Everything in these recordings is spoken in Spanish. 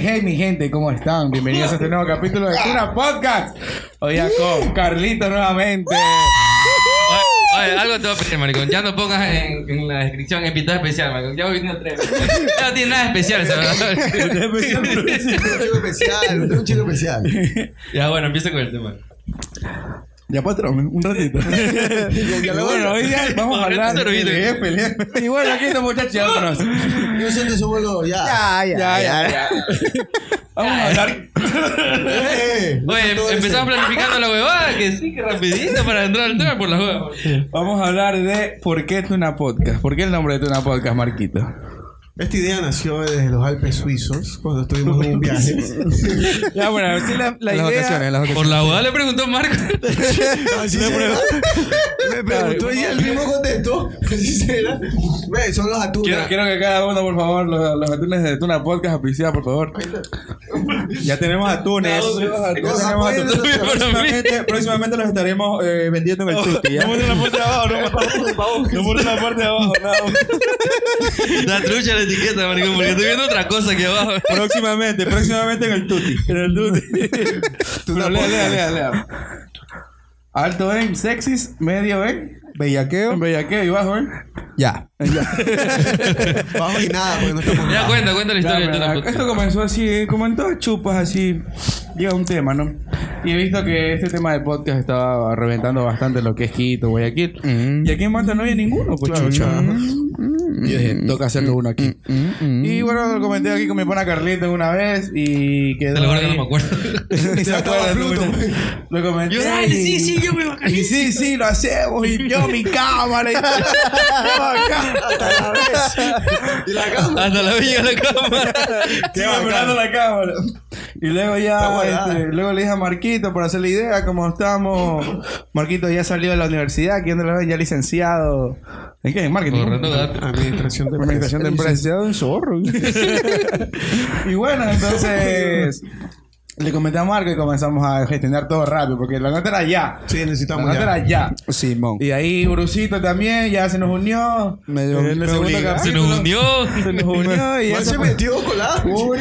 Hey, mi gente, ¿cómo están? Bienvenidos a este nuevo capítulo de Tuna Podcast. Hoy ya con Carlito nuevamente. Oye, algo te voy a pedir, maricón. Ya no pongas en la descripción invitado especial, maricón. Ya voy viniendo 3. Ya no tiene nada especial esa verdad. Un chico especial. Ya, bueno, empieza con el tema. Ya, patrón, un ratito. Bueno, hoy ya vamos a hablar del jefe. Y bueno, aquí estos muchachos ya lo conocen. Nosotros somos los... Ya. Vamos a hablar. Oye, empezamos planificando la huevada, que sí, que rapidito para entrar al tema por las huevas. Vamos a hablar de por qué Tuna Podcast. ¿Por qué el nombre de Tuna Podcast, Marquito? Esta idea nació desde los Alpes suizos, cuando estuvimos en un viaje. Ya, bueno, sí, la idea... Por la huevada le preguntó Marco. Así será. Me preguntó y el mismo contestó. Así será. Ve, son los atunes. Quiero que cada uno, por favor, los atunes de Tuna Podcast, auspicia, por favor. Ya tenemos atunes. Próximamente los estaremos vendiendo en el Tutti. No muestren la parte de abajo, no muestren la parte de abajo, La trucha la etiqueta, maricón, porque estoy viendo otra cosa aquí abajo. Próximamente en el Tutti. En el Tutti. Pero lea. Alto en sexys, medio en bellaqueo y bajo en ya. Bajo y nada, porque no estamos... Ya, cuenta la historia de Tuna Podcast. Esto comenzó así, como en todas chupas, así. Llega un tema, ¿no? Y he visto que este tema de podcast estaba reventando bastante lo que es Quito, Guayaquil. Y aquí en Manta no había ninguno, pues chucha. Y dije, toca hacerlo uno aquí. Y bueno, lo comenté aquí con mi pana Carlito una vez y quedó. Te lo juro que no me acuerdo. Ni se acuerda, lo comenté. Sí, yo me bajé. Y sí, lo hacemos. Y yo mi cámara. Y hasta la vez llega la cámara. Sigo mirando la cámara. Y luego ya, luego le dije a Marquito para hacer la idea, como estamos. Marquito ya salió de la universidad, aquí donde lo ven, ya licenciado. ¿En qué? ¿En marketing? Administración de empresa. Licenciado en zorro. Y bueno, entonces le comenté a Marco y comenzamos a gestionar todo rápido, porque la nota era ya. Sí, necesitamos la nota era ya. Simón. Y ahí Brucito también ya se nos unió. Se nos unió y ya se metió colado.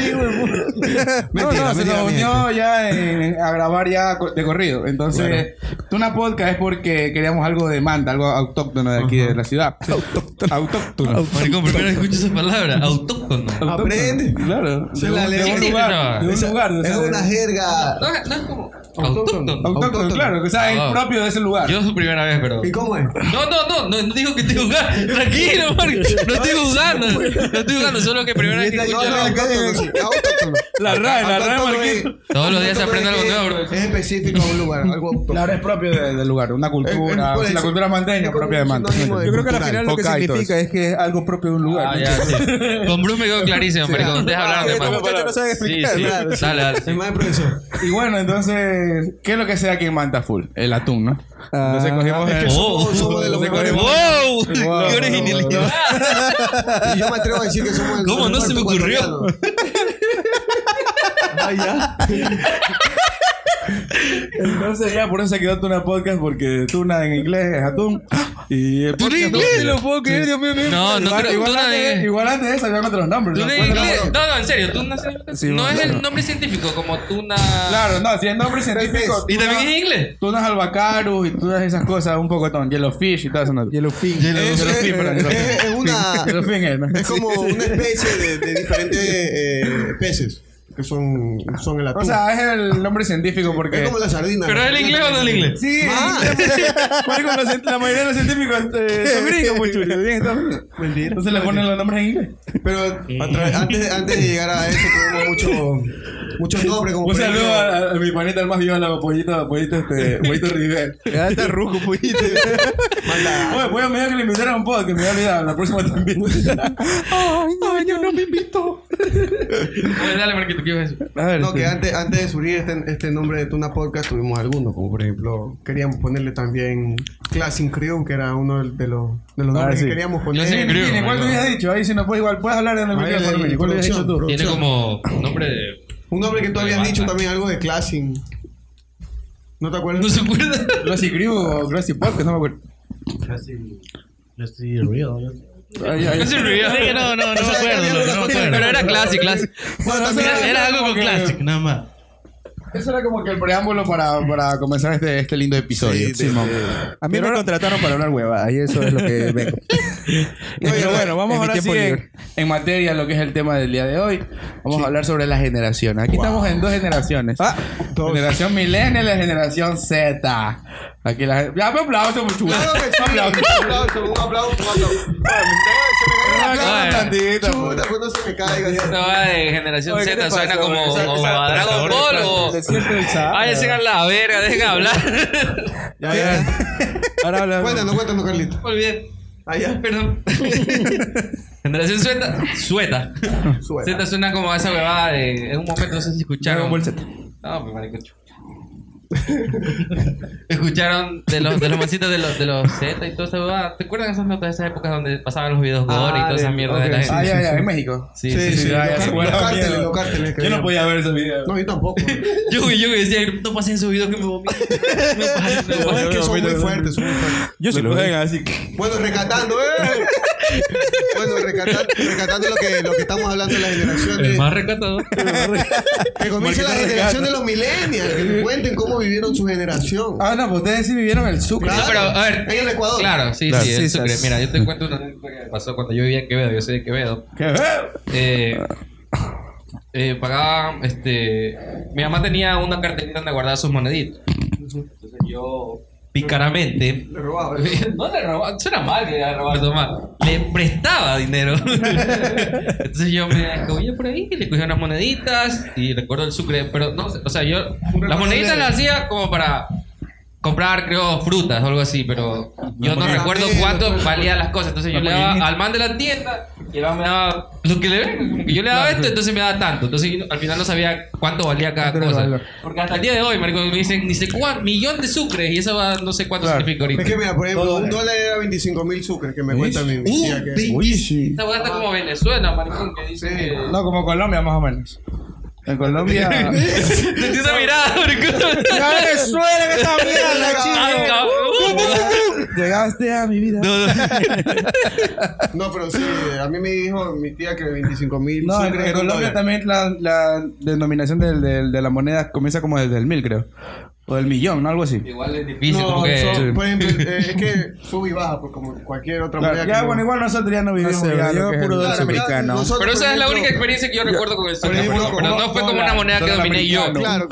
Se nos unió ya a grabar ya de corrido. Entonces, Tuna Podcast es porque queríamos algo de Manta, algo autóctono de aquí de la ciudad. Autóctono. Maricón, primero escucho esa palabra. Autóctono. Aprende. Claro. Se la lee. De un lugar. Es una jerga. No es como autóctono, claro, que sea es propio de ese lugar. Yo es su primera vez, pero... ¿Y cómo es? No digo que estoy jugando. Tranquilo, Marco. No estoy jugando, solo que primera vez que escucho la RAE, Marquito. Todos los días se aprende algo nuevo, bro. Es específico de un lugar, algo autóctono. Claro, es propio del lugar, una cultura. La cultura manteña propia de Manta. Yo creo que al final lo que significa es que es algo propio de un lugar. Sí. Con Bruce me quedó clarísimo, Maricón. Deja hablar de Los muchachos no saben explicar. Sí. Dale. El más profesor. Y bueno, entonces, ¿qué es lo que sea aquí en Manta full? El atún, ¿no? Entonces cogimos el... Somos de los mejores. ¡Wow! ¡Qué originalidad! Y yo me atrevo a decir que somos el... ¿Cómo no se me ocurrió? Ya. Entonces ya por eso se quedó Tuna Podcast, porque Tuna en inglés es atún. Y el podcast inglés? no lo puedo creer, Dios mío. No creo. Igual antes de eso habían otros nombres. ¿Tuna en inglés? No, en serio. Tuna no es el nombre científico como Tuna... Claro, no, si es nombre científico. ¿Y también es inglés? Tunas albacarus y todas esas cosas un poco ton. Yellowfish y todo eso. Yellowfin. Es como una especie de diferentes peces que son el atún. O sea, es el nombre científico porque... Es como la sardina. ¿Pero es el inglés o no el inglés? Sí, la mayoría de los científicos son gringos, muy chulos. Mentira. Entonces le ponen los nombres en inglés. Pero antes de llegar a eso tuvimos muchos nombres. Como un saludo a mi panita el más viola, pollito River. Ya está rujo, pollito. Oye, voy a mediar que le invitaran a un podcast, que me voy a olvidar. La próxima te invito. Ay, yo no me invito. Dale, Marquito, ¿qué ibas a decir? A ver, no, que antes de subir este nombre de Tuna Podcast tuvimos algunos, como por ejemplo, queríamos ponerle también Classic Crew, que era uno de los nombres que queríamos poner. ¿Cuál te habías dicho? Ahí si no puedes hablar de donde me quieras por mí. ¿Cuál habías dicho tú? Tiene como nombre de... Un nombre que tú habías dicho también, algo de Classic. ¿No te acuerdas? ¿No se acuerda? Classic Crew o Classic Podcast, no me acuerdo. Classic Real. No se olvidó. No me acuerdo. Pero era Classic. Bueno, Era algo con como que- Classic, nada más. Eso era como que el preámbulo para comenzar este lindo episodio. Sí, Simón. A mí me contrataron para hablar huevadas y eso es lo que vengo. Pero bueno, vamos en mi ahora sí tiempo libre. en materia, lo que es el tema del día de hoy. Vamos a hablar sobre las generaciones. Aquí estamos en dos generaciones. Generación millennial y la generación Z. Aquí la ya me aplauso, mucho. Claro que sí. Un aplauso. Chuta, cuando se me caiga. Esto va de generación Oye, ¿qué Z, te suena pasa? como Exacto. a Dragon Ball o... Se siente el zap. Váyanse a la verga, dejen hablar. Ya. Ahora hablamos. Cuéntanos, Carlito. Olvidé. Allá. Perdón. Generación Sueta. Z suena como a esa huevada de... En un momento, no sé si escucharon... Dragon Ball Z. No, pues marico. Escucharon de los mancitos de los Z y toda esa huevada. ¿Te acuerdan esas notas de esas épocas donde pasaban los videos gore y toda esa mierda de la gente? Ya, en México. Sí. Los cárteles. Yo no podía ver esos videos. No, yo tampoco. Yo decía, no pasen esos videos que me vomito. No, es que son muy fuertes, Yo sí lo veo así. Bueno, rescatando, Bueno, rescatando lo que estamos hablando de la generación El de... más recatado. Que comience la generación de los millennials. Que me cuenten cómo vivieron su generación. Ah, no, pues ustedes sí vivieron el Sucre. Claro. No, pero a ver. En el Ecuador. Claro, sí, Claro, sí, sí, el Sucre. sí. Mira, yo te cuento una anécdota que pasó cuando yo vivía en Quevedo. Yo soy de Quevedo. ¿Qué? Pagaba, mi mamá tenía una carterita donde guardaba sus moneditas. Entonces yo, picaramente, Le robaba. no le robaba, suena mal que le robaba Tomás, le prestaba dinero. Entonces yo me escogía por ahí y le cogía unas moneditas y recuerdo el Sucre, pero no, o sea, yo las moneditas las hacía como para comprar, creo, frutas o algo así, pero yo no recuerdo cuánto valían las cosas. Entonces yo le daba al man de la tienda y el man me daba lo que le como que yo le daba esto, entonces me daba tanto. Entonces yo al final no sabía cuánto valía cada cosa. Porque hasta el día de hoy, marico, me dicen ni sé cuánto, millón de sucres y eso va, no sé cuánto significa ahorita. Es que mira, por ejemplo, $1 era 25,000 sucres que me cuenta mi tía. Uy, sí. Esta hueá está como Venezuela, maricón, que dice que... No, como Colombia, más o menos. En Colombia. Sentí una mirada, maricón. Venezuela, que esta Ay, cabrón. Llegaste a mi vida. No, pero sí, a mí me dijo mi tía que 25,000 No, sucres en era Colombia $1. también la denominación de la moneda comienza como desde el 1000, creo. O del millón, ¿no? Algo así. Igual es difícil, No, como que... por ejemplo, es que sube y baja, pues como cualquier otra Claro, moneda. ya, que bueno, no- igual nosotros ya no vivimos. sé, ya yo lo que es puro el- dólar americano. nosotros, Pero esa por es la ejemplo, única experiencia que yo recuerdo con el Sucre. ejemplo, Pero no fue como una moneda que dólar dominé yo. americano.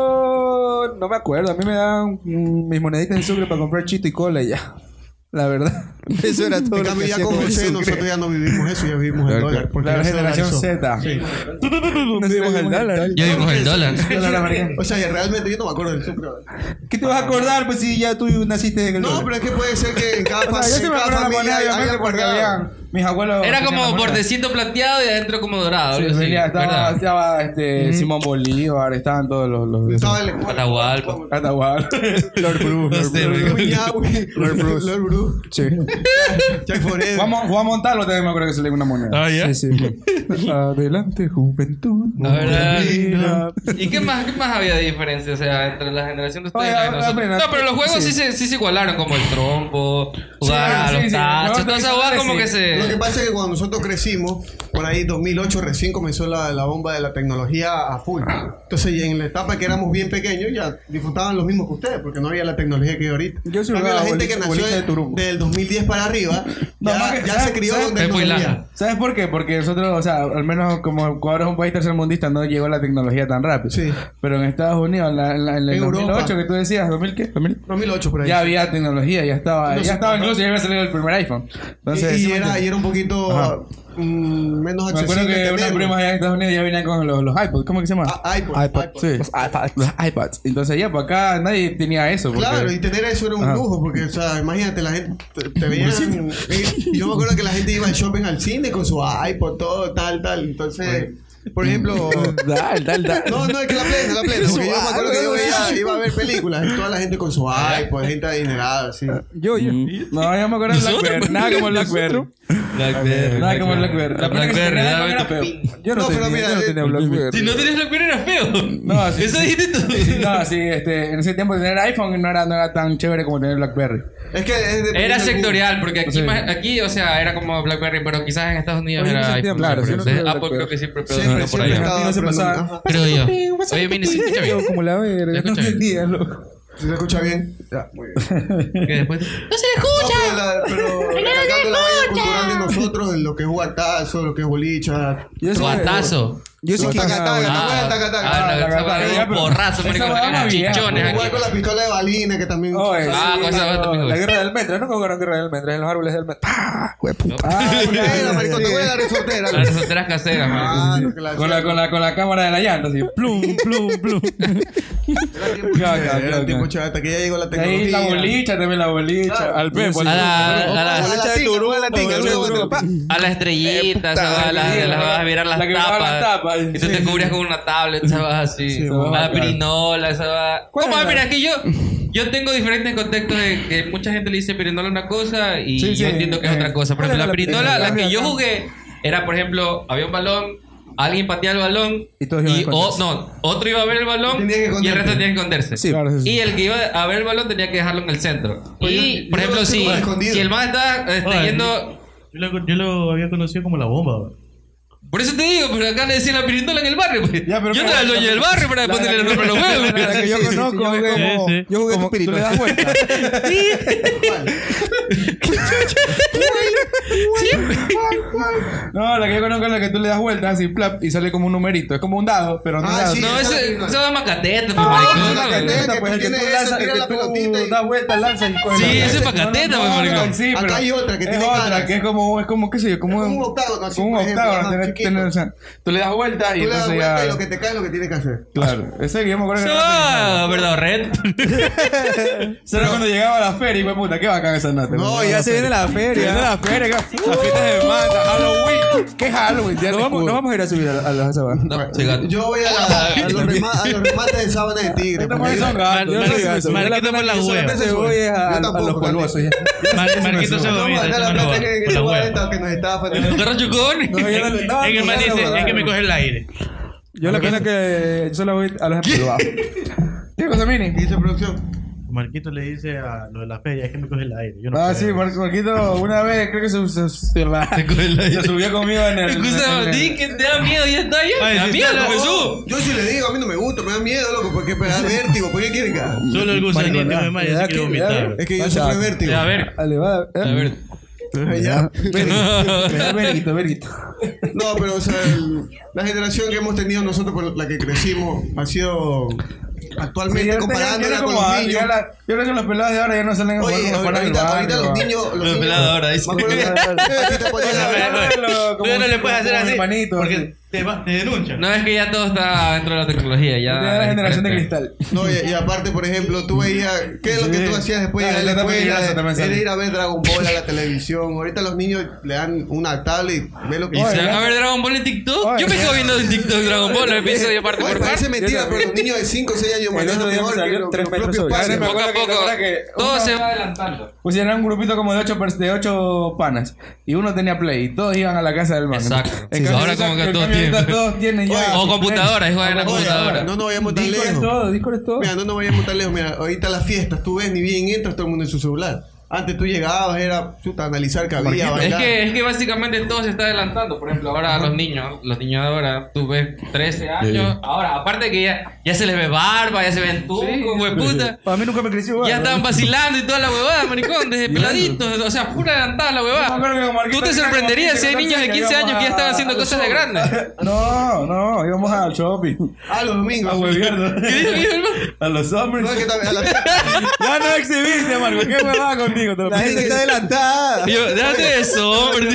Claro. Yo no me acuerdo. A mí me daban mis moneditas de Sucre para comprar chito y cola y ya. La verdad. Eso era todo En lo cambio, que ya hacía con con el José, Sucre. nosotros ya no vivimos eso, ya vivimos el dólar. Porque La ya se generación dolarizó. Z. Sí. No vivimos el dólar. Ya vimos el dólar. Dólar americano. O sea, realmente yo no me acuerdo del sucre. ¿Qué te vas a acordar pues si ya tú naciste en el No, dólar? pero es que puede ser que en cada, O sea, yo sí en me cada acuerdo de la familia moneda, haya obviamente, porque guardado. habían mis abuelos. Era hacían la como moneda. bordecito plateado y adentro como dorado. Sí, algo así, venía, ¿verdad? estaba Simón Bolívar, estaban todos los Estaba el Atahualpa. Atahualpa. Lord Bruce. No sé, Lord Bruce. Sí. Jack Forever. Juan Montalvo también me acuerdo que se le dio una moneda. Sí, sí. Adelante, juventud. A ver, Mira. ¿y qué más había de diferencia? O sea, entre la generación de ustedes y Oye, la de nosotros. mira, No, pero los juegos sí. sí se igualaron, como el trompo, jugar a los sí. tachos, No, toda esa hueá como sí. que se... Lo que pasa es que cuando nosotros crecimos, por ahí 2008 recién comenzó la bomba de la tecnología a full. Entonces, y en la etapa que éramos bien pequeños, ya disfrutaban lo mismo que ustedes, porque no había la tecnología que hay ahorita. Yo sí En cambio, jugaba la gente que nació bolita de turumbo. del 2010 para arriba, No, ya, más que- ya ¿sabes- se crió sabes? con Es muy tecnología. larga. ¿Sabes por qué? Porque nosotros, o sea, al menos como Ecuador es un país tercermundista, no llegó la tecnología tan rápido. Sí. Pero en Estados Unidos, en el En 2008 Europa. que tú decías, ¿2000 qué? 2008 por ahí. Ya había tecnología, ya estaba incluso ya había salido el primer iPhone. Entonces, y sí me era entiendes. un poquito menos Me acuerdo accesible. que unos tenerlo. primos allá en Estados Unidos ya venían con los iPods. ¿Cómo que se llama? iPod. Sí, los iPads. Entonces ya, por acá nadie tenía eso. Porque... Claro, y tener eso era un Ajá. lujo, porque, o sea, imagínate, la gente te veían. Y yo me acuerdo que la gente iba al shopping al cine con su iPod, todo, tal. Entonces, por ejemplo. Dale. No, es que la plena, porque yo me acuerdo que yo iba a ver películas y toda la gente con su iPod, gente adinerada, así. Yo. No, yo me acuerdo de Blackberry. Nada como Blackberry. Blackberry. Nada como Blackberry. La pena que se Blackberry, tenía dame era tu feo. pin. Yo no, No, pero tenía, mira, yo no tenía Blackberry. Si no tienes Blackberry era feo. No, sí, Eso sí. dijiste tú. Sí, no, sí, en ese tiempo tener iPhone no era tan chévere como tener Blackberry. Es que es dependiendo Era del sectorial, porque aquí, Sí. aquí, o sea, era como Blackberry, pero quizás en Estados Unidos Oye, en era ese iPhone. tiempo, claro, siempre. sí, no tuve Apple Blackberry. creo que siempre Siempre, predomina por siempre allá. estaba se pasaba. aprendiendo. Ajá. Creo yo. Oye, Mini, ¿se escucha Yo bien? como la verga. ¿Se No escucha bien? entendía, loco. ¿Sí se escucha bien? Ya, muy bien. Que después... ¡No se le escucha! Pero recalcando la vaina cultural de nosotros, en lo que es guatazo, lo que es bolicha. Yo sí- Guatazo. Yo sí Los que taca-taca, jugaba, ¿te ¿no? acuerdas del taca-taca? Ah, esa va de un porrazo, esa marico, va sacan más vieja. chichones Jugar aquí. con la pistola de balines, que también. Oye, Ah, sí, con esa no, también, La güey. guerra del metro, ¿no? Jugaron guerra del metro en los árboles del metro. ¡Ah! Hueputa. Ah, Bueno, marico, te voy a dar resortera. Las solteras caseras, marico. Ah, lo que la con la cámara de la llanta, así. Plum, plum, plum. Era el tiempo chévere, hasta que ya llegó la Ahí tecnología. la bolicha, también la bolicha. Al Pepo. A la la a la estrellita, ¿sabes? A las vas a virar las La que bajaba las tapas. tapas. Y tú te cubrías con una tablet, ¿sabes? Así. Sí, A la bacán. pirinola, ¿sabes? ¿Cuál ¿Cómo? era? Mira, aquí yo tengo diferentes contextos de que mucha gente le dice pirinola una cosa y Sí, yo sí, entiendo que es otra cosa. Por ¿cuál ejemplo, era la la pirinola, la que yo pirinola? jugué, era, por ejemplo, había un balón, alguien pateaba el balón Y todos iban a esconderse. otro iba a ver el balón Tenía que y el esconderte. resto tenía que esconderse. Sí. Claro, sí. Y el que iba a ver el balón tenía que dejarlo en el centro. Pues Y, yo- por yo ejemplo, lo si, tengo escondido. si el man estaba Oye, yendo... Yo lo había conocido como la bomba, güey. Por eso te digo, pero acá le decían la pirinola en el barrio. Pues. Ya, pero yo no mira, era el dueño del barrio para ponerle el nombre a los huevos. La que yo Sí, sí, sí, conozco yo es jugué como... Sí, sí. Yo jugué Como tu pirito. tú le das vuelta. No, la que yo conozco es la que tú le das vuelta así, plap, y sale como un numerito. Es como un dado, pero no Ah, es dado. sí. No, esa eso es es macateta, pues, es maricón. macateta. Pues el que tiene tú eso, lanzas, tira el la que pelotita y- tú das vueltas, lanzas y coges Sí, la ese es pelota. macateta, pues, maricón. Sí, pero Acá hay otra que es tiene otra, ganas. que es como, qué sé yo, como Es como un octágono, así, como un por ejemplo, octágono. ajá, tenés- chiquito. tenés, o sea, tú le das vuelta y Tú le das entonces vuelta y ya... lo que te cae es lo que tienes que hacer. Claro, ese que yo me acuerdo que... Ah, ¿verdad, Red? Eso era cuando llegaba a la feria y fue puta, qué bacán esa nota. No, ya se viene la Viene feria. la feria, las fiestas de manta, Halloween. ¿Qué Halloween? Día No del vamos, escudo. no vamos a ir a subir a los sábados. No, sí, gato. Yo voy a los remates de sábana de tigre. Estos porque manes son gatos. Yo Mar- no soy gato. Marquito Yo la por la pena que yo hueva. solamente voy es a Yo tampoco, los polvosos. ya. Marquito se Vamos a vomita, dejar la eso no plata va, que por la guarda hueva. esta que nos estaba ¿Un carro chucón? No, yo no- no, Es que el man no, dice, no, es que me no. coge el aire. Yo la pena que yo solo voy a los empolvados. ¿Qué cosa, Mini? ¿Qué dice producción? Marquito le dice a lo de la feria, es que me coge el aire. Yo no Ah, puedo. sí, Marquito, una vez creo que se subió conmigo en el... Excusa, en el- di que te da miedo y ya está ya. Ay, Te da sí, miedo, está la- Jesús. Yo sí le digo, a mí no me gusta, me da miedo, loco, porque me da vértigo. ¿Por qué quieren que haga? Solo el gusanito Maricona. me maya, Me da se quiere que- me da- vomitar. Es que yo Vaya. sufro de vértigo. A ver, Dale, va. a ver. Ya. Me da verguito, verguito. No, pero o sea, la generación que hemos tenido nosotros, por la que crecimos, ha sido actualmente Sí, comparándola con los niños. Yo creo que los pelados de ahora ya no salen a jugar Oye, con los panas del ahorita los barrio. niños. Los pelados ahora, dice. Me acuerdo que aquí te ponían Oye, Tú ya no le puedes hacer como así hermanito, porque así. te denuncian. No, es que ya todo está dentro de la tecnología. Ya De la es generación de diferente. cristal. No, y aparte, por ejemplo, tú veías, ¿qué es lo que Sí. tú hacías después de Ah, llegar a la yo también, escuela? eso también sale. Era ir a ver Dragon Ball a la televisión. Ahorita los niños le dan una tablet y ven lo que ¿Y se Oye, van ya- a ver Dragon Ball en TikTok? Oye, Yo me ya- quedo viendo en TikTok Dragon Ball, los episodios parte Oye, por parte. parece mentira, Yo pero los niños de 5 o 6 años El manejan otro día me mejor que salió los 3 metros propios sobre. padres. Me Poco a acuerdo que- poco, me acuerdo que todo uno- se va adelantando. Pues era un grupito como de 8 panas. Y uno tenía Play. Y todos iban a la casa del man. Exacto. En Sí, cambio, ahora como que en todos cambio, ahorita tienen. todos tienen ya. O su computadoras, Play. juegan en la Oye, computadora. No nos vayamos tan Discord es lejos. todo, Discord es todo. Mira, no nos vayamos tan lejos. Mira, ahorita las fiestas, tú ves, ni bien entras, todo el mundo en su celular. Antes tú llegabas, era chuta, analizar que había, Es bailar. que básicamente todo se está adelantando. Por ejemplo, ahora los niños de ahora, tú ves 13 años. Ahora, aparte de que ya se les ve barba, ya se ven tucos, hueputa. Para mí nunca me creció. Ya estaban vacilando y toda la huevada, maricón, desde peladitos. O sea, pura adelantada la Yo me huevada. acuerdo que con Marquito Tú te teníamos sorprenderías si hay 14 niños de 15 años que ya están haciendo cosas de grandes. No, íbamos al shopping. Ah, los domingos. A huevear. ¿Qué dijo el man? A los hombres. No, es que también a la fiesta. Ya no exhibiste, Marco. ¿Qué me va contigo? Te lo La gente pido. está adelantada. Y yo, déjate de eso, hombre.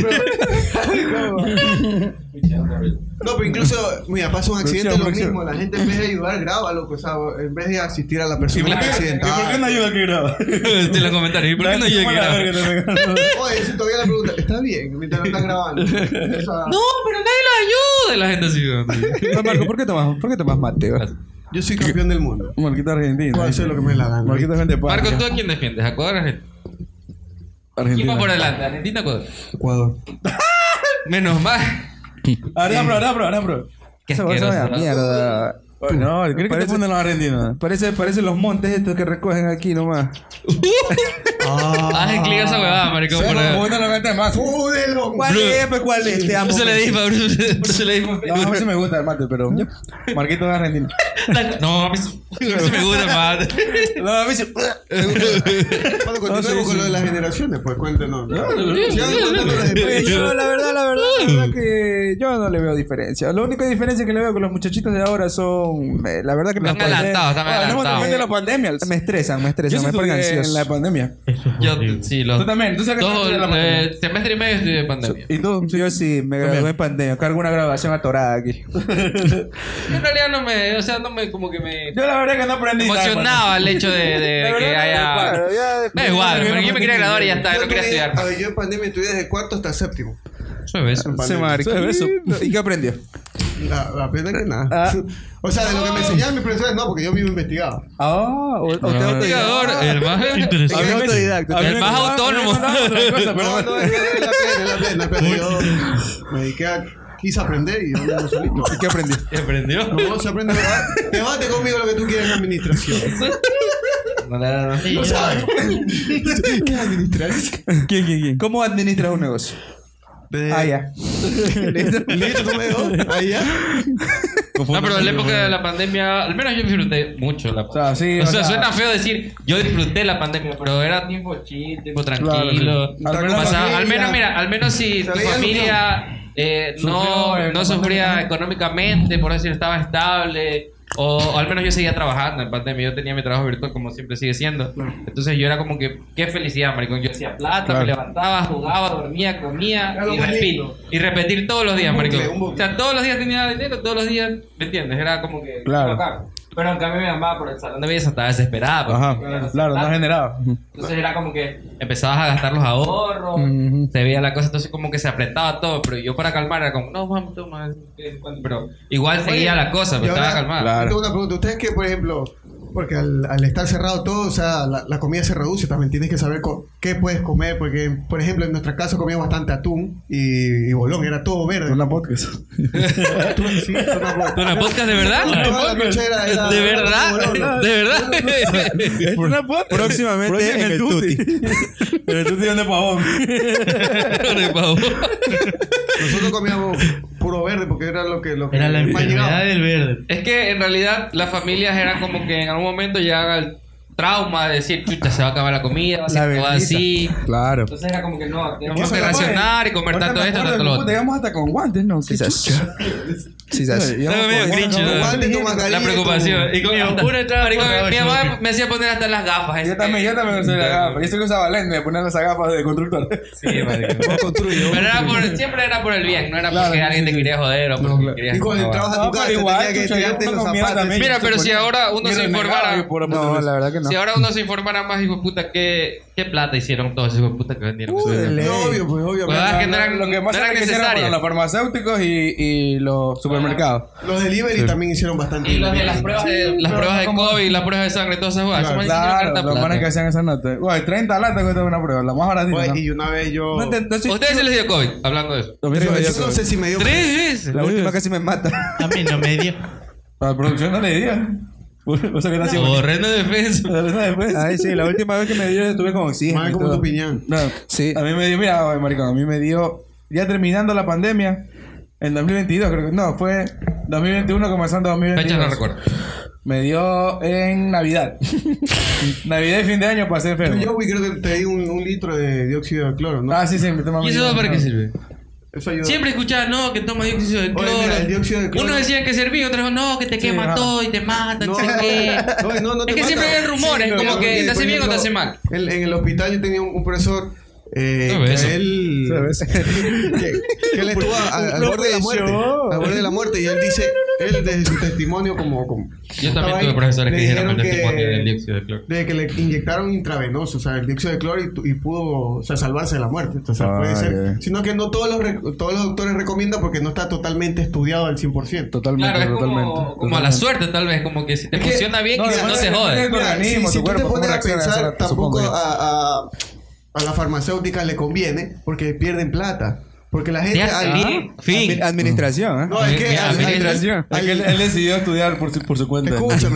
No, pero incluso, mira, pasa un accidente, lo Producción. mismo. La gente en vez de ayudar, graba, loco. O sea, en vez de asistir a la persona claro. ¿Y por qué no accidentada. ayuda el que graba? En los comentarios. ¿Y por qué no llega a grabar? Oye, si todavía la pregunta, ¿está bien? Mientras no están grabando. O sea, No, pero nadie lo ayuda. Y la gente así. No, Marco, ¿por qué tomas mate? yo soy campeón del mundo. Marquito argentino. Puedo hacer lo que me dé la gana. Marquito es gente Marco, patria. ¿tú a quién defiendes? ¿A Ecuador o Argentina? ¿Quién va por delante? ¿Argentina o Ecuador? Ecuador. Menos mal. Ahora, bro. Qué Esa bolsa asqueroso, de ¿no? mierda. No, ¿crees que te Parece- ponen los argentinos? Parece los montes estos que recogen aquí nomás. Haz el clic a esa huevada, maricón. Sí, por como ahí. uno lo mete más. ¡Fúdelo! ¿Cuál es? Pues, ¿cuál es? Te amo. Por eso le dije, por eso le dije. No, a mí sí me gusta el mate, pero Marquito es argentino. No, a mí sí me gusta más. No, a mí sí. Bueno, continuemos con lo de las generaciones, pues cuéntenos. Sigan contando las experiencias. Yo, la verdad que yo no le veo diferencia. La única diferencia que le veo con los muchachitos de ahora son, la verdad que me Están adelantados, están Hablemos también de la adelantados. pandemia. me estresan, Yo me sí ponen estudié ansioso. en la pandemia. Yo, sí, los Tú también, tú sabes que dos, estudiaste la pandemia. semestre y medio estudié de pandemia. ¿Y tú? Yo sí, me gradué en pandemia. Cargo una graduación atorada aquí. En realidad no me, o sea, no me, como que me Yo la verdad que no aprendí nada, emocionaba el hecho de La que verdad, haya... Claro, ya Da igual, pero yo me quería graduar y ya está, Yo no quería estudié- estudiar. A ver, yo en pandemia estudié desde cuarto hasta séptimo. Eso es eso. Se marca. ¿Y qué aprendió? La pena que nada. Ah. O sea, de lo que me enseñaban mis profesores, no, porque yo mismo investigaba. Usted Investigador, el más... Es autodidacta. El más autónomo. No, no, es la plena. Yo me dediqué a... Quise aprender y yo mismo solito. ¿Y qué aprendió? ¿Te aprendió? No, se aprende, ¿verdad? Debate conmigo lo que tú quieras en administración. No sabes. ¿Qué es administración? ¿Quién? ¿Cómo administras un negocio? Ya. Listo, tú me dijo. Ahí ya. No, pero en la época de la pandemia, al menos yo disfruté mucho la pandemia. O sea, sí. O sea, suena feo decir yo disfruté la pandemia, pero era tiempo chill, tiempo tranquilo. Claro, sí. Al menos, mira, al menos si tu veía familia no sufría económicamente, por decir, estaba estable. O al menos yo seguía trabajando en pandemia. Yo tenía mi trabajo virtual como siempre sigue siendo. Entonces yo era como que, qué felicidad, maricón. Yo hacía plata, me levantaba, jugaba, dormía, comía Era lo y más repetir. lindo. Y repetir todos los días, Un bucle, maricón. un bucle. O sea, todos los días tenía dinero, todos los días, ¿me entiendes? Era como que... Claro. bacán. Pero en cambio mi mamá por el salón de belleza estaba desesperada. porque Ajá, quería hacer claro, no plata. generaba. Entonces era como que empezabas a gastar los ahorros, se veía la cosa, entonces como que se apretaba todo, pero yo para calmar era como, no, vamos, toma, pero igual seguía la cosa, pero Y ahora, estaba calmada. Claro. Tengo una pregunta. ¿Ustedes qué, por ejemplo, porque al estar cerrado todo, o sea, la comida se reduce también? Tienes que saber qué puedes comer, porque, por ejemplo, en nuestra casa comíamos bastante atún y bolón, era todo verde. Una podcast. Atún, sí, una bolón. ¿Una podcast de verdad? Toda la noche era ¿De verdad? bolón. ¿De verdad? Es una podcast. Próximamente en el Tuti. En el Tuti donde pavón. Por favor. Nosotros comíamos puro verde porque era lo que Era la más llegaba. enfermedad del verde. Es que en realidad las familias eran como que en algún momento llegaba el trauma de decir, chucha, se va a acabar la comida, va a ser todo así. Claro. Entonces era como que no, tenemos Eso que era racionar y comer tanto esto, tanto lo otro. Llegamos hasta con guantes, ¿no? ¿Qué Quizás. chucha? Quizás. Estaba medio cringe, ¿no? Guantes, tu mascarilla, La preocupación. Y con, Pura entrada marico, por mi favor, mamá me hacía poner hasta las gafas. Yo también usé la gafa. Yo sé que usaba lente de poner esas gafas de constructor. Sí, marico. No construyó. Pero siempre era por el bien, no era Claro, porque alguien te sí, sí. quería joder o porque claro. querías... Y cuando entrabas a No, tu pero casa, igual, tenías que chucha, yo tirarte como los comía zapatos. también. Mira, pero si ahora uno Y se renegaba, informara... y pura No, la verdad que no. Si ahora uno se informara más, hijo de puta, ¿qué plata hicieron todos esos hijos de puta que vendieron? No, obvio, pues obviamente. Pues, que no eran- Lo que no pasa eran es que hicieron necesarias. los farmacéuticos y los supermercados. Los delivery también hicieron bastante. Y los de las pruebas de como- COVID, las pruebas de sangre, todas esas cosas. Claro, los manes que hacían esas notas. Güey, 30 latas cuesta una prueba, la más baratita. Oye, ¿no? y una vez yo... No te- no sé- ¿Ustedes se les dio COVID? Hablando de eso. A mí se me dio Yo no COVID. sé si me dio... 3 veces. La última casi me mata. A mí no me dio. A la producción no le diría. O sea que está así. Horrendo defensa. Ay, sí, la última vez que me dio estuve con oxígeno. Más y como todo. tu piñán. No, Sí. a mí me dio, mira, oye, maricón, a mí me dio, ya terminando la pandemia, en 2022 creo que, no, fue 2021 comenzando 2022. Fechas no recuerdo. Me dio en Navidad. Navidad y fin de año pasé enfermo. Yo creo que te di un litro de dióxido de cloro, ¿no? Ah, sí, sí, me toma ¿Y eso para qué sirve? Eso ayuda. Siempre escuchaba, no, que toma dióxido de Oye, cloro. mira, el dióxido de cloro- Unos decían que servía, otros no, que te quema ajá. todo y te mata, no No, sé qué. no te Es que mata. siempre hay rumores, Sí, como porque, que te hace por bien o te ejemplo, hace mal. En el hospital yo tenía un profesor No, que eso. él que él estuvo al borde de la muerte, al borde de la muerte, y él dice, él desde su testimonio como Yo también estaba tuve ahí, profesores le que dijeron el dijeron testimonio del dióxido de cloro. de que le inyectaron intravenoso, o sea, el dióxido de cloro y pudo, o sea, salvarse de la muerte. O sea, puede ser. Sino que no todos los doctores recomiendan porque no está totalmente estudiado al 100%. Totalmente, Claro, es totalmente. como a la suerte tal vez, como que si te funciona bien, quizás no se jode. Tu organismo, si tu tú te cuerpo, cómo pones a reacciona, pensar, supongo tampoco yo. a las farmacéuticas le conviene porque pierden plata. Porque la gente... Fin. Administración, ¿eh? No, es que... Mira, Administración. Es que él decidió estudiar por su cuenta. Escúchame.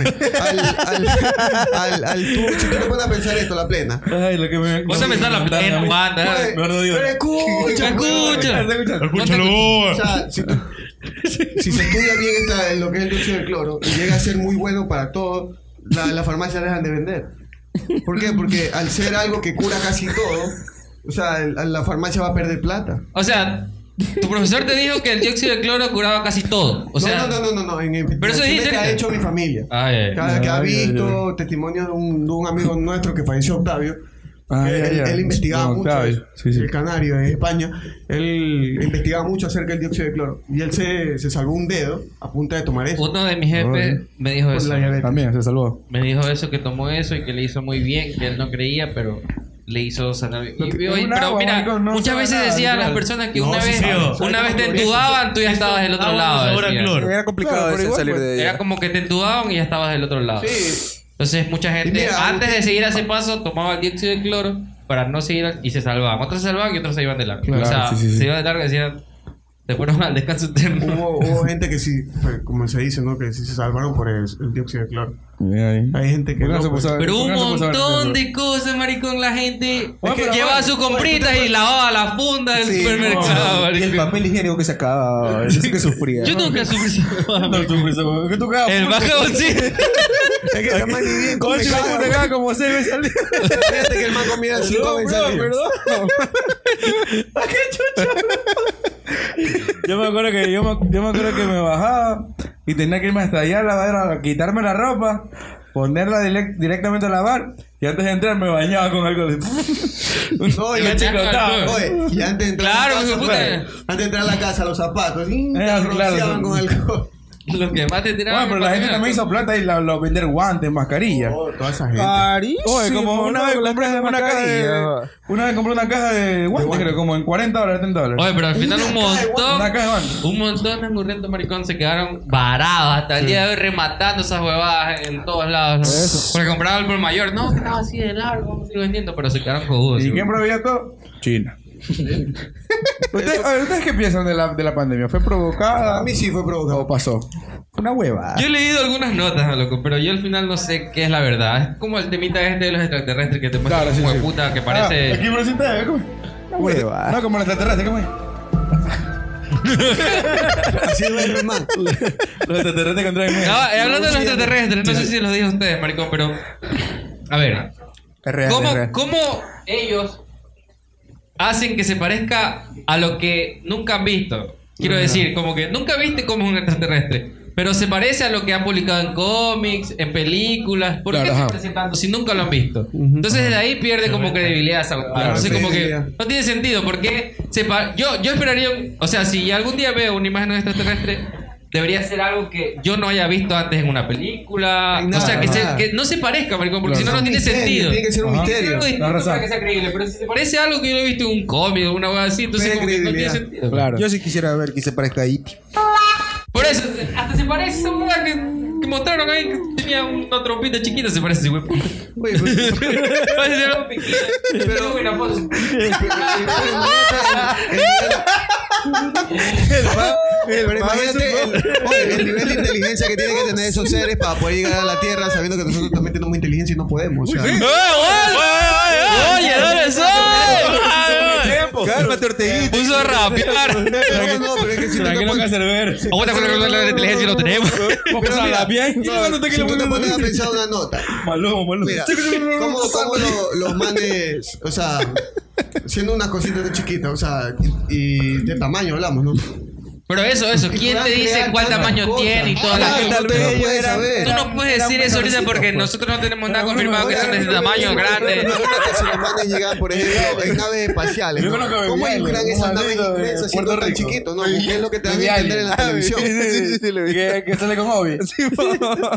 Si tú te pones a pensar esto, la plena. Ay, lo que me... Vos a pensar la plena, banda. Mejor no digo. Pero escucha. Escúchalo. O sea, si se estudia bien lo que es el dióxido de cloro y llega a ser muy bueno para todo, las farmacias dejan de vender. ¿Por qué? Porque al ser algo que cura casi todo, o sea, la farmacia va a perder plata. O sea, tu profesor te dijo que el dióxido de cloro curaba casi todo. O sea, No. Pero eso dice que ha hecho mi familia. Que ha visto testimonios de un amigo nuestro que falleció, Octavio. Él investigaba mucho, el canario en España. Él investigaba mucho acerca del dióxido de cloro. Y él se salvó un dedo a punta de tomar eso. uno de mis jefes me dijo Por eso. la diabetes. También se salvó. Me dijo eso, que tomó eso y que le hizo muy bien, que él no creía, pero le hizo sanar. Pero mira, muchas veces decía a las personas que una vez te entubaban, tú ya estabas del otro lado. Ahora decía. cloro. Era complicado salir de Era ella. como que te entubaban y ya estabas del otro lado. Sí. Entonces mucha gente, mira, antes de seguir a ese paso, tomaba el dióxido de cloro para no seguir y se salvaban. Otros se salvaban y otros se iban de largo. Claro, o sea, sí. se iban de largo y decían, te fueron al descanso eterno. Hubo gente que sí, como se dice, ¿no? Que sí se salvaron por el dióxido de cloro. Hay gente que no. Pero un montón de cosas, maricón, la gente pero llevaba sus compritas y lavaba la funda del Sí, supermercado, y el maricón. papel higiénico que se acababa. Eso sí que sufría. Yo nunca sufrí ¿Qué tú cagas? el bajo, sí. Es que el man ni bien come Oye, caga, te cagas como 6 veces al día. Fíjate que el man comía 5 veces al día. Perdón. Yo me acuerdo que me bajaba y tenía que irme hasta allá al lavadero a quitarme la ropa, ponerla directamente a lavar y antes de entrar me bañaba con algo de... No, y Me chicotaba. Oye, y antes de entrar Claro, a la hijo de casa, puta. antes de entrar a la casa, los zapatos, claro, rociaban con alcohol. Lo que más te tiraban. Bueno, pero la gente también hizo plata y lo vender guantes, mascarillas. Oh, toda esa gente. Carísimo. Oye, como una vez compré una caja de guantes, creo, como en $40, $30. Oye, pero al final un Una montón caja de guantes. de angurrientos maricón se quedaron varados hasta el día de hoy rematando esas huevadas en todos lados. ¿no? Eso. Porque compraban al por mayor. No, que estaba así de largo, vamos a ir vendiendo, pero se quedaron cojudos. ¿Y ¿sí? quién proveía todo? China. ¿Ustedes qué piensan de la pandemia? ¿Fue provocada A mí sí fue provocado. o pasó? Fue una hueva. Yo he leído algunas notas, loco, pero yo al final no sé qué es la verdad. Es como el temita este de los extraterrestres que te muestra Claro, sí, como de sí. puta que parece... Aquí por ¿cómo? Una hueva. No, como el extraterrestre, ¿cómo es? Así es el man. Los extraterrestres que entran en No, hablando de los extraterrestres, no sé si los dijo ustedes, maricón, pero... A ver, Es real, es real. ¿cómo ellos hacen que se parezca a lo que nunca han visto? Quiero decir, como que nunca viste cómo es un extraterrestre, pero se parece a lo que han publicado en cómics, en películas. ¿Por Claro, qué se ajá. parece tanto si nunca lo han visto? Entonces desde ahí pierde como credibilidad esa huevada. Claro, Entonces como que credibilidad. no tiene sentido, porque yo esperaría, o sea, si algún día veo una imagen de un extraterrestre, debería ser algo que yo no haya visto antes en una película. En nada, o sea, nada. que no se parezca, maricón, porque Claro. si no, no tiene sentido. Tiene que ser un Ajá. misterio. Algo distinto razón. para que sea creíble, pero si se parece a algo que yo he visto en un cómic o una hueá así, entonces Tiene como que no tiene credibilidad. sentido. Claro. Yo sí quisiera ver que se parezca a E.T. Por eso, hasta se parece a esa hueá que mostraron ahí que tenía una trompita chiquita, se parece, güey. Oye, Parece algo pequeño. Pero buena foto. Pero imagínate el nivel de inteligencia que tienen que tener esos seres para poder llegar a la Tierra sabiendo que nosotros también tenemos inteligencia y no podemos. O sea, Oye, ¿dónde soy? Cálmate, Orteguita. Puso a rapear. no, pero es que si tú te Tranquilo, pones- Cancerbero. Aguanta con la inteligencia lo tenemos. Vamos a la bien. si tú te pones a pensar una nota, Maluma. mira, ¿cómo los manes, o sea, siendo unas cositas de chiquitas, o sea, y de tamaño hablamos, ¿no? Pero eso, ¿quién te dice cuál tamaño tiene y toda la Claro, cosa? tú no puedes saber. Tú no puedes decir eso ahorita porque nosotros no tenemos nada confirmado que son de ese tamaño grande. Imagínate si los manes llegan, por ejemplo, en naves espaciales. Yo ¿no? conozco a ¿Cómo Bebiano, ellos crean un esas naves maldito de inmensas siendo Puerto tan Rico. chiquitos? ¿No? ¿Qué es lo que te dan a Bebiano. entender en la televisión? Sí, lo vi. Que sale con Obi. Sí, mo.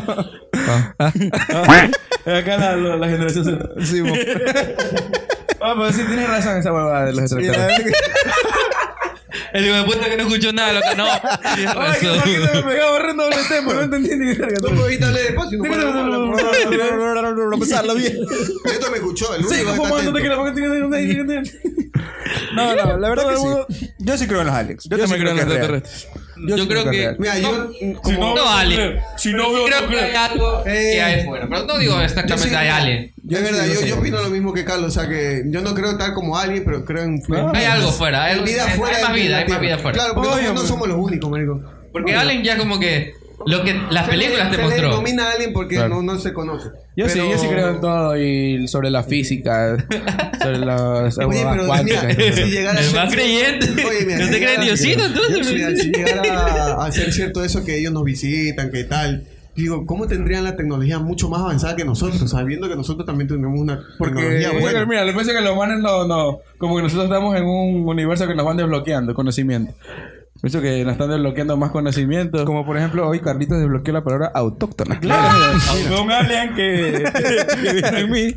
Acá la generación Z. Sí, mo. Ah, pero sí tienes razón esa huevada de los Sí, la extraterrestres. verdad El hijo de puta que no escuchó nada, loco. No. Tienes Ay, que razón. Marquito me pegaba borrando doble tempo. No entendí ni verga. No puedo evitarle despacio. No puedo Pasarlo bien. Esto me escuchó. El Sí, único que como está no te atento. quiero. No, la verdad que sí. Yo sí creo en los aliens. Yo también creo en los que es real. extraterrestres. Yo creo es que. real. Mira, yo... Si No alien. Si no veo, Creo no que hay creo. algo que hay fuera. Pero no digo exactamente hay alien. Es verdad, yo opino lo mismo que Carlos. O sea, que yo no creo tal como alguien, pero creo en... Hay algo fuera. Hay vida fuera. más de vida, la hay más Tierra. vida fuera. Claro, porque Obvio, no pues. somos los únicos, marico. Porque alien ya como que. Lo que las películas te Se le mostró. denomina alien porque Claro. no se conoce. Yo sí creo en todo y sobre la física, sobre las Oye, aguas pero cuánticas. mira, si llegara a El ser- más creyente. Oye, mira, ¿No si te crees llegara- Diosito entonces? Mira, si llegara a ser cierto eso que ellos nos visitan, que tal. Digo, ¿cómo tendrían la tecnología mucho más avanzada que nosotros? Sabiendo que nosotros también tenemos una Porque tecnología buena. mira, le parece que los humanos no, como que nosotros estamos en un universo que nos van desbloqueando conocimiento. Pienso que nos están desbloqueando más conocimiento. Como por ejemplo, hoy Carlitos desbloqueó la palabra autóctona. Claro, fue un alien que vino en mí.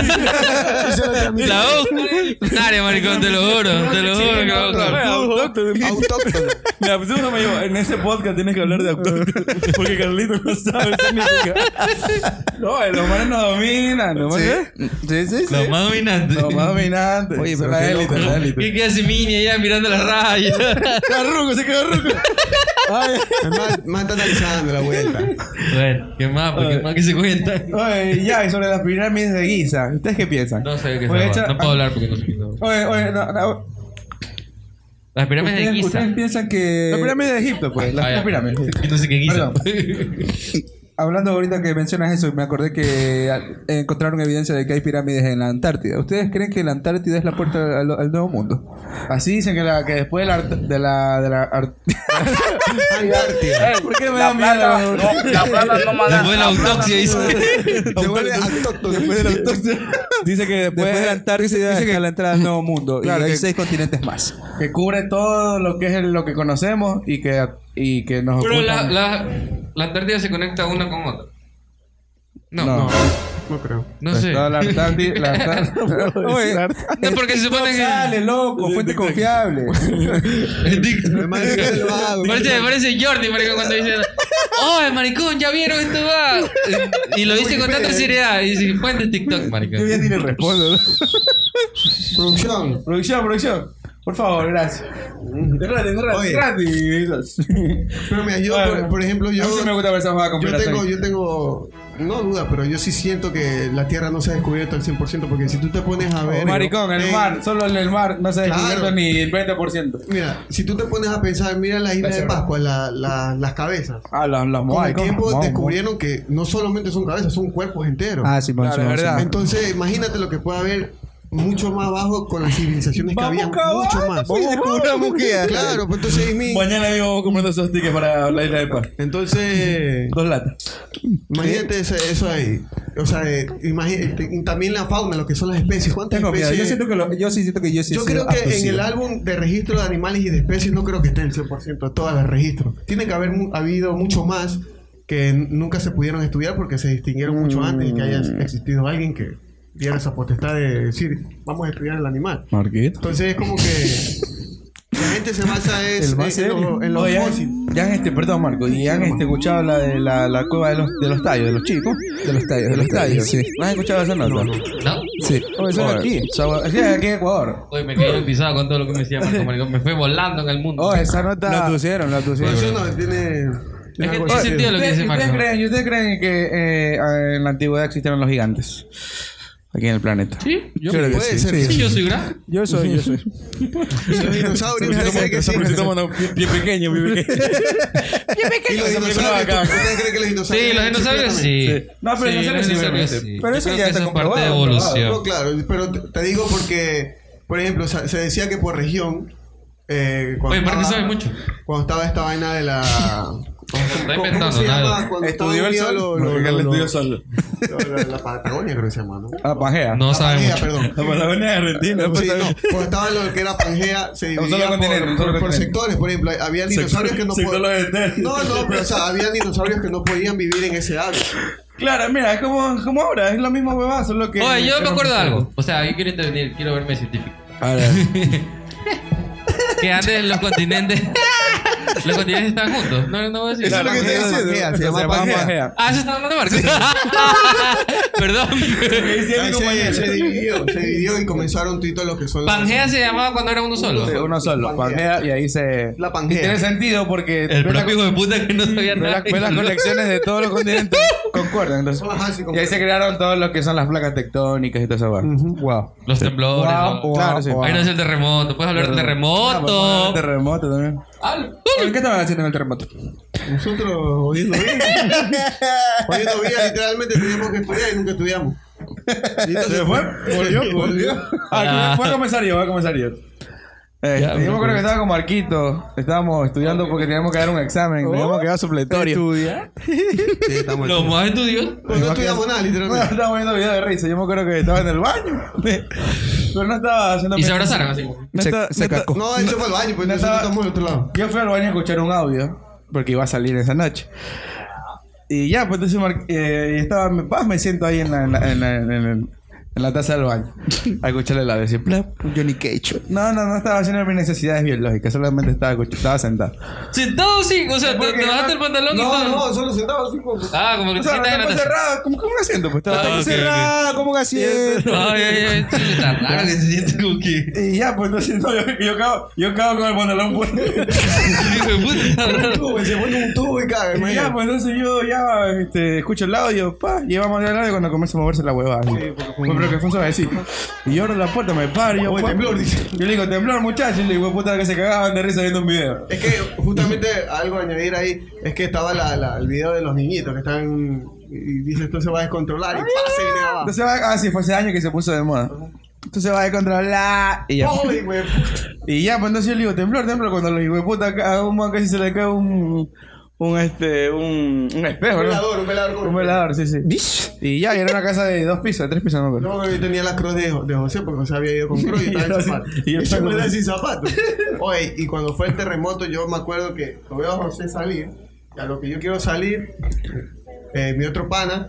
La voz. Dale, maricón, te lo juro. Te lo juro que va a buscar. Autóctono. Autóctono. Me absurdo me dijo, en ese podcast tienes que hablar de autóctono. Porque Carlitos no sabe el significado. No, los humanos nos dominan. Los humanos, Sí. Lo más dominante. los más dominantes. Oye, pero la qué élite, loco, la élite. ¿Qué hace Mini allá mirando las rayas? Se quedó ruco. Ay. Más está analizando la vuelta. Bueno, ¿qué más? ¿Qué más que se cuenta? Oye, ya, y sobre las pirámides de Giza. ¿Ustedes qué piensan? No sé qué Oye, es. No puedo hablar porque no sé qué es. Oye, no. Las pirámides de Giza. ¿Ustedes piensan que... Las pirámides de Egipto, pues. Ah, Las ya. pirámides. Yo no sé qué Giza. Hablando ahorita que mencionas eso, me acordé que encontraron evidencia de que hay pirámides en la Antártida. ¿Ustedes creen que la Antártida es la puerta al nuevo mundo? Así dicen que después de la Antártida. ¿Por qué me da miedo? La plata no manda. Después de la autopsia hizo. Se vuelve autóctono. Después de la autopsia. Dice que Después de la Antártida dice está la entrada al nuevo mundo. Claro, y hay que- 6 continentes más. que cubre todo lo que es lo que conocemos y que nos Pero ocultan. la Antártida se conecta una con otra. No. No creo. No sé. Está la Antártida. Oye, No, porque se supone que. Dale, loco, fuente confiable. Parece Jordi, maricón, cuando dice. ¡Oh, maricón! ¿Ya vieron esto va? Y lo dice con tanta seriedad. Y dice, fuente TikTok, maricón. Yo ya ni le respondo. ¿no? Producción. Por favor, gracias. Oye. Gratis. Pero mira, yo, por ejemplo, A mí sí me gusta ver esas jugadas con yo tengo, no duda, pero yo sí siento que la Tierra no se ha descubierto al 100%, porque si tú te pones a ver... Maricón, el mar, solo en el mar no se ha descubierto Claro. ni el 20%. Mira, si tú te pones a pensar, mira la isla de Pascua, las cabezas. Ah, las Con el moaicos. tiempo descubrieron que no solamente son cabezas, son cuerpos enteros. Ah, sí, Claro, es verdad. Entonces, imagínate lo que puede haber mucho más abajo con las civilizaciones que había, mucho más. descubramos que Claro, pues entonces, Mañana mismo comprando esos tickets para la isla de Paz. entonces 2 latas. imagínate eso ahí. O sea, imagínate, y también la fauna, lo que son las especies. ¿Cuántas Tengo miedo. especies? yo sí siento que yo sí he Yo sido creo que en abducido. el álbum de registro de animales y de especies no creo que esté el 100% de todas las registros. Tiene que haber habido mucho más que nunca se pudieron estudiar porque se distinguieron mucho antes y que haya existido alguien que diera esa potestad de decir, vamos a estudiar el animal. Marquito. Entonces es como que la gente se basa El más serio. en los Oye, fósiles. ya han perdón Marco, y han escuchado la de la cueva de los tallos, de los chicos. De los tallos, sí. ¿No has escuchado esa nota? ¿No? Sí. Oh, eso era aquí. Sí, aquí en Ecuador. Hoy me quedé pisado con todo lo que me decía Marco, maricón. Me fue volando en el mundo. Oh, esa nota. Lo abducieron. Pero eso no tiene... Es que algo tiene así. sentido lo que dice ¿Ustedes Marco. creen que en la antigüedad existieron los gigantes? Aquí en el planeta. Sí, yo Creo que Puede sí. ser. Sí, yo soy grande. Yo soy. Y los dinosaurios, ¿ustedes creen que sí? Pie pequeño, pie pequeño. Y los dinosaurios, ¿ustedes creen que los dinosaurios? Sí, los dinosaurios sí. No, pero Sí, los dinosaurios sí, obviamente. sí. Pero Yo eso creo ya que está eso es parte de comprobado, evolución. No, claro, pero te digo porque, por ejemplo, se decía que por región, cuando Oye, Marco estaba- sabe mucho. Cuando estaba esta vaina de la... Está inventando se llama? nada. Cuando estaba Estudió el unido sol. Porque él estudió sol. la Patagonia creo que se llama, ¿no? Ah, Pangea. No sabe Pangea, mucho. perdón. La Patagonia es Argentina. Sí, no, cuando estaba lo que era Pangea, se Un solo dividía continente, un solo por continente. sectores. Por ejemplo, había dinosaurios que no Sector los podían... eternos. No, pero o sea, había dinosaurios que no podían vivir en ese área. Claro, mira, es como ahora, es lo mismo huevada, solo que... Oye, yo me acuerdo de algo. O sea, yo quiero intervenir, quiero verme científico. Ahora. que antes los continentes... los continentes estaban juntos. No voy a decir. Eso es lo que estoy diciendo. Se llama Pangea. Ah, ¿se está hablando de Marcos? Perdón. Se dividió y comenzaron todos los que son... Pangea se llamaba cuando era uno solo. Uno solo, Pangea, y ahí se... La Pangea. Y tiene sentido porque... El propio hijo de puta que no sabía nada. Ves las conexiones de todos los continentes concuerdan. Entonces, y ahí se crearon todos los que son las placas tectónicas y todo eso. Wow. Los temblores. Wow, claro, sí. Ahí no es el terremoto. Puedes hablar de terremoto. Terremoto también. ¿Qué estaban haciendo en el terremoto? Nosotros oyendo bien. Oyendo bien, literalmente teníamos que estudiar y nunca estudiamos. ¿Se fue? ¿Volvió? Voy a comenzar yo. Yo me acuerdo que estaba con Marquito. Estábamos estudiando porque teníamos que dar un examen. Teníamos que dar supletorio. ¿Estudia? Sí, estamos Los más estudios. Pues no estudiamos nada, No, literalmente. estábamos viendo videos de risa. Yo me acuerdo que estaba en el baño. Pero no estaba haciendo... Y se abrazaron así. Se cacó. No, él se fue al baño, pues No nosotros estaba- estamos al otro lado. Yo fui al baño a escuchar un audio porque iba a salir esa noche. Y ya, pues entonces estaba, me siento ahí en la taza del baño a escuchar el audio. Así, plap. Johnny Cage. No estaba haciendo mis necesidades biológicas, solamente estaba sentado. Sentado sí. O sea, te Porque- bajaste el pantalón y todo. No, solo sentado así como... Ah, como que O te sea, sientas en la la tapa taza. cerrada, como un asiento, pues estaba Ah, todo ok, cerrada, como un asiento. Ay. Sí, está raro que se siente como que... Y ya, pues entonces no, yo cago con el pantalón puesto. Hijo de puta, está raro. Se pone un tubo y caga, Y ya, imagínate. pues entonces yo escucho el audio, llevamos el audio cuando comienza a moverse la huevada. Pero que fue suavecito. Y yo abro la puerta, me paro, yo, Oye, pa, temblor, dice. yo le digo, temblor, muchachos, y le digo, puta, que se cagaban de risa viendo un video. Es que justamente algo a añadir ahí es que estaba el video de los niñitos que están y dice esto se va a descontrolar y pasa y viene abajo. Entonces, sí, fue ese año que se puso de moda. Entonces va a descontrolar. Y ya. ¡Ay, güey! Y ya, pues entonces yo le digo, temblor, cuando los hijos de puta a un casi se le cae un espejo, Un ¿no? velador. Un velador, sí. Y ya, y era una casa de 2 pisos, de 3 pisos, no me acuerdo. No, yo tenía la cruz de José porque José había ido con cruz y estaba en zapatos. Y yo Y yo me estaba- quedé sin zapatos. Oye, y cuando fue el terremoto, yo me acuerdo que lo veo a José salir. Y a lo que yo quiero salir, mi otro pana,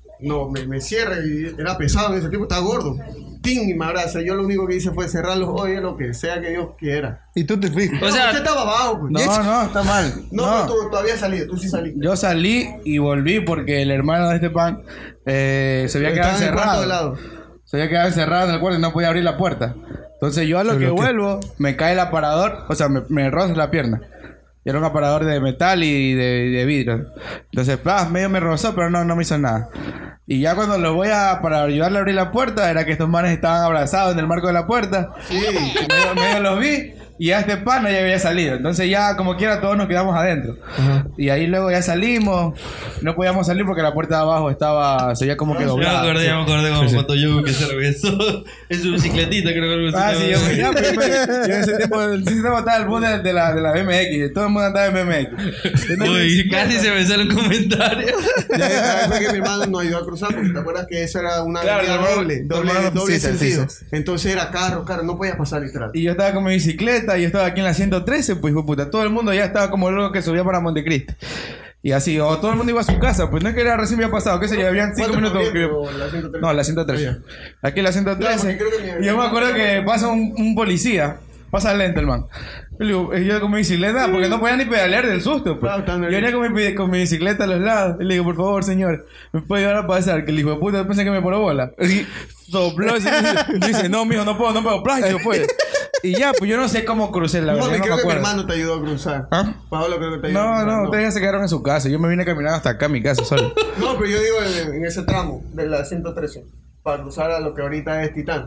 me cierra y era pesado. Ese tipo está gordo. ¡Ting! Y me abraza. Yo lo único que hice fue cerrar los ojos, lo que sea que Dios quiera. Y tú te fuiste. O sea- José estaba abajo. Pues. No, está mal. No, tú habías salido, tú sí saliste. Yo salí y volví porque el hermano de este pan se había quedado Estaba en el cuarto de encerrado. lado. Se había quedado encerrado en el cuarto y no podía abrir la puerta. Entonces yo a lo que vuelvo, me cae el aparador, o sea, me roza la pierna. Y era un aparador de metal y de vidrio. Entonces, medio me rozó, pero no me hizo nada. Y ya cuando lo voy para ayudarle a abrir la puerta, era que estos manes estaban abrazados en el marco de la puerta. Sí. Medio los vi. Y ya este pana ya había salido. Entonces ya como quiera todos nos quedamos adentro. Y ahí luego ya salimos. No podíamos salir porque la puerta de abajo se veía como que doblada. Ya me acordé como cuando yo que se regresó en su bicicletita, creo que algo así. Sí, yo en ese tiempo estaba el bus de la BMX. Todo el mundo andaba en BMX. Uy, casi se me sale un comentario. Ya fue que mi hermano nos ayudó a cruzar porque te acuerdas que esa era una Claro, avenida tu hermano- doble sí, sentido. sí. Entonces era carro, no podías pasar literal. Y yo estaba con mi bicicleta y yo estaba aquí en la 113, pues hijo de puta. Todo el mundo ya estaba como loco que subía para Montecristi. Y así, o todo el mundo iba a su casa, pues no es que era recién había pasado, qué sé yo, habían 5 minutos. No, la 113. Aquí la 113. Claro, porque creo que Y yo me acuerdo que pasa un policía, pasa lento el man. Yo le digo, yo con mi bicicleta, porque no podía ni pedalear del susto. Pues. Claro, tan Yo venía con mi bicicleta a los lados. Y le digo, por favor, señor, ¿me puede llevar a pasar? Que el hijo de puta pensé que me poró bola. Y sopló así, dice, no, mijo, no puedo. Plan, y se fue. Y ya, pues yo no sé cómo crucé la No, verdad. me No creo me que mi acuerdo. hermano te ayudó a cruzar. ¿Ah? Pablo creo que te ayudó a No, cruzar. ustedes ya se quedaron en su casa. Yo me vine caminando hasta acá a mi casa solo. No, pero yo digo en ese tramo de la 113 para cruzar a lo que ahorita es Titán.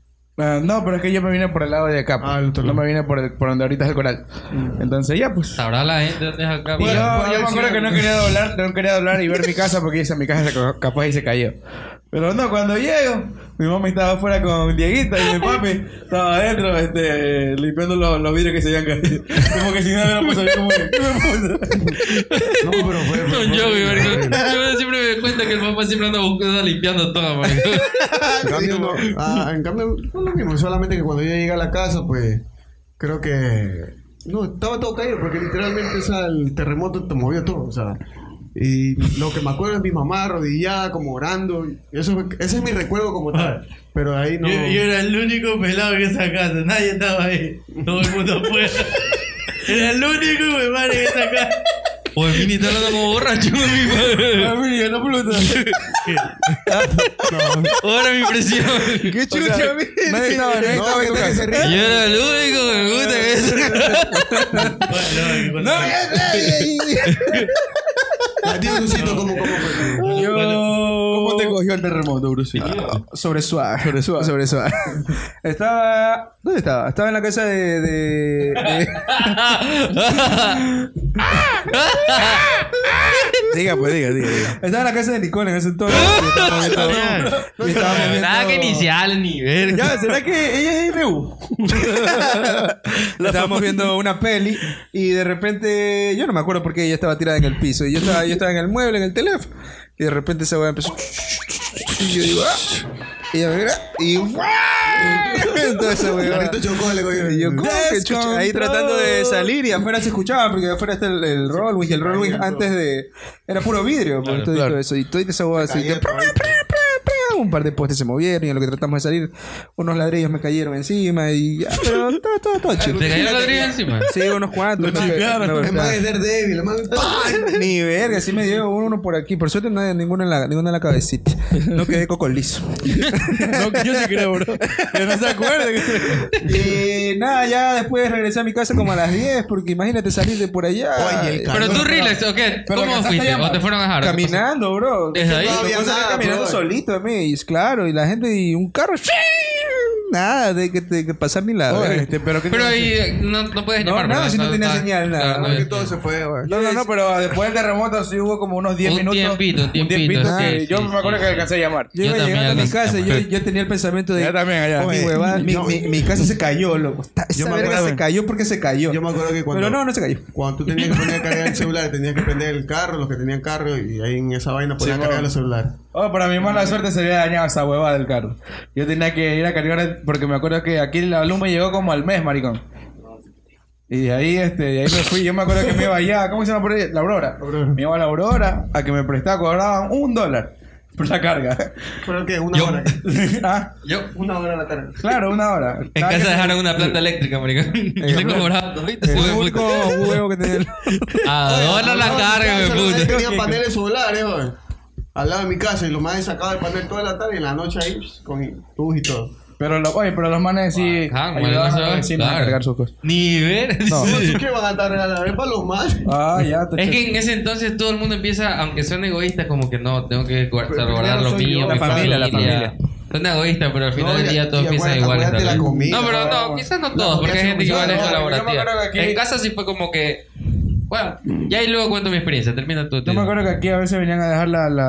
No, pero es que yo me vine por el lado de acá. Ah, el otro no lado. me vine por donde ahorita es el coral. Entonces ya, pues. Sabrá la gente dónde es acá. Y yo Bueno, me acuerdo sí, que no quería doblar y ver mi casa porque mi casa capaz y se cayó. Pero no, cuando llego, mi mamá estaba afuera con Dieguita y mi papi estaba adentro limpiando los vidrios que se habían caído. Como que si nada hubiera pasado, yo como que, ¿qué me pasa? No, pero fue. Son yo, mi marico. Yo siempre me doy cuenta que el papá siempre anda limpiando todo, marico. En cambio, no. En cambio, no lo mismo. Solamente que cuando yo llegué a la casa, pues. Creo que. No, estaba todo caído porque literalmente el terremoto te movió todo. O sea. Y lo que me acuerdo es mi mamá arrodillada, como orando. Ese es mi recuerdo como tal. Pero ahí no... Yo era el único pelado en esa casa. Nadie estaba ahí. Todo el mundo afuera. Era el único huevón en esa casa. O el Mini está hablando como borracho, mi madre. Familia, no pluta. Ahora mi impresión. ¡Qué chucha, Nadie estaba en tu casa. Yo era el único que me gusta que eso. No, A ti, Brucito, ¿cómo fue? ¿Cómo te cogió el terremoto, Brucito? Sobre suave. Estaba... ¿Dónde estaba? Estaba en la casa de... Diga. Estaba en la casa de Nicole en ese entonces. Y estábamos viendo... Nada que inicial ni ver. Ya, ¿será que ella es RU? Estábamos viendo una peli y de repente... Yo no me acuerdo por qué ella estaba tirada en el piso. Y yo estaba en el mueble, en el teléfono. Y de repente esa weá empezó... Y yo digo... Y ella me mira... Y... Entonces esa weá... Y yo, ¿cómo que chucha? Ahí tratando de salir y afuera se escuchaba porque afuera está el Rollwing. Y el Rollwing antes de... Era puro vidrio. Claro, todo eso. Y todo esa weá así... Un par de postes se movieron y en lo que tratamos de salir unos ladrillos me cayeron encima y ya, pero todo chido. ¿Te cayó el ladrillo encima? Sí, unos cuantos. Es más de Daredevil, es más de... Ni verga, sí me dio uno por aquí. Por suerte no hay ninguno en la cabecita. No quedé coco liso. No, yo sí creo, bro. Que no se acuerde. Y nada, ya después regresé a mi casa como a las 10 porque imagínate salir de por allá. Oye, Pero tú relax, ¿o qué? ¿Cómo fuiste? ¿O te fueron a dejar? Caminando, bro. ¿Desde ahí? No había Yo nada, caminando bro. solito a mí. Y claro, y la gente y un carro. Nada de que pasar ni la verga. Pero ahí no puedes llamar, nada, ¿verdad? si no tenía señal, nada. Claro, Que todo se fue, güey. No, pero después del terremoto sí hubo como unos 10 Un minutos. tiempito, que sí, yo sí, me acuerdo sí. que alcancé a llamar. Yo Yo iba también llegando a mi alcancé a casa y llamar. yo tenía el pensamiento de... Yo también allá. Mi huevada, mi casa se cayó, loco. Esa me verga acuerdo. se cayó porque se cayó. Yo me acuerdo que cuando... Pero no se cayó. Cuando tú tenías que poner a cargar el celular, tenías que prender el carro, los que tenían carro, y ahí en esa vaina podían cargar los celulares. Oh, para mi mala suerte se había dañado esa huevada del carro. Yo tenía que ir a cargar porque me acuerdo que aquí la luz me llegó como al mes, maricón. Y de ahí, de ahí me fui. Yo me acuerdo que me iba allá. ¿Cómo se llama por ahí? La Aurora. Me iba a la Aurora a que me cobraban $1 por la carga. ¿Pero qué? ¿Una hora? ¿Ah? Yo, Una hora a la tarde. Claro, 1 hora. en casa dejaron una planta eléctrica, maricón. Y le cobraban, ¿viste? El Hijo de único puta. huevo que tenía. A dólar la carga, me puta. Tenía paneles solares, güey. Al lado de mi casa, y los manes sacaban el panel toda la tarde y en la noche ahí con luz y todo. Pero los manes sí Bacán, ayudaban bueno, a los vecinos a claro. cargar sus cosas. Ni ver. No. ¿Qué van a estar a la vez para los más? Ah, ya. Es que en ese entonces todo el mundo empieza, aunque son egoístas, como que no, tengo que guardar lo soy mío, yo. mi La familia. Son egoístas, pero al final No, del día todos y piensan iguales. acuérdate la ¿sabes? comida, No, pero no, quizás no todos, porque hay gente que igual es no, colaborativa. yo me acuerdo que aquí- En casa sí fue como que... Bueno, ya ahí luego cuento mi experiencia, termina tú. Yo me acuerdo que aquí a veces venían a dejar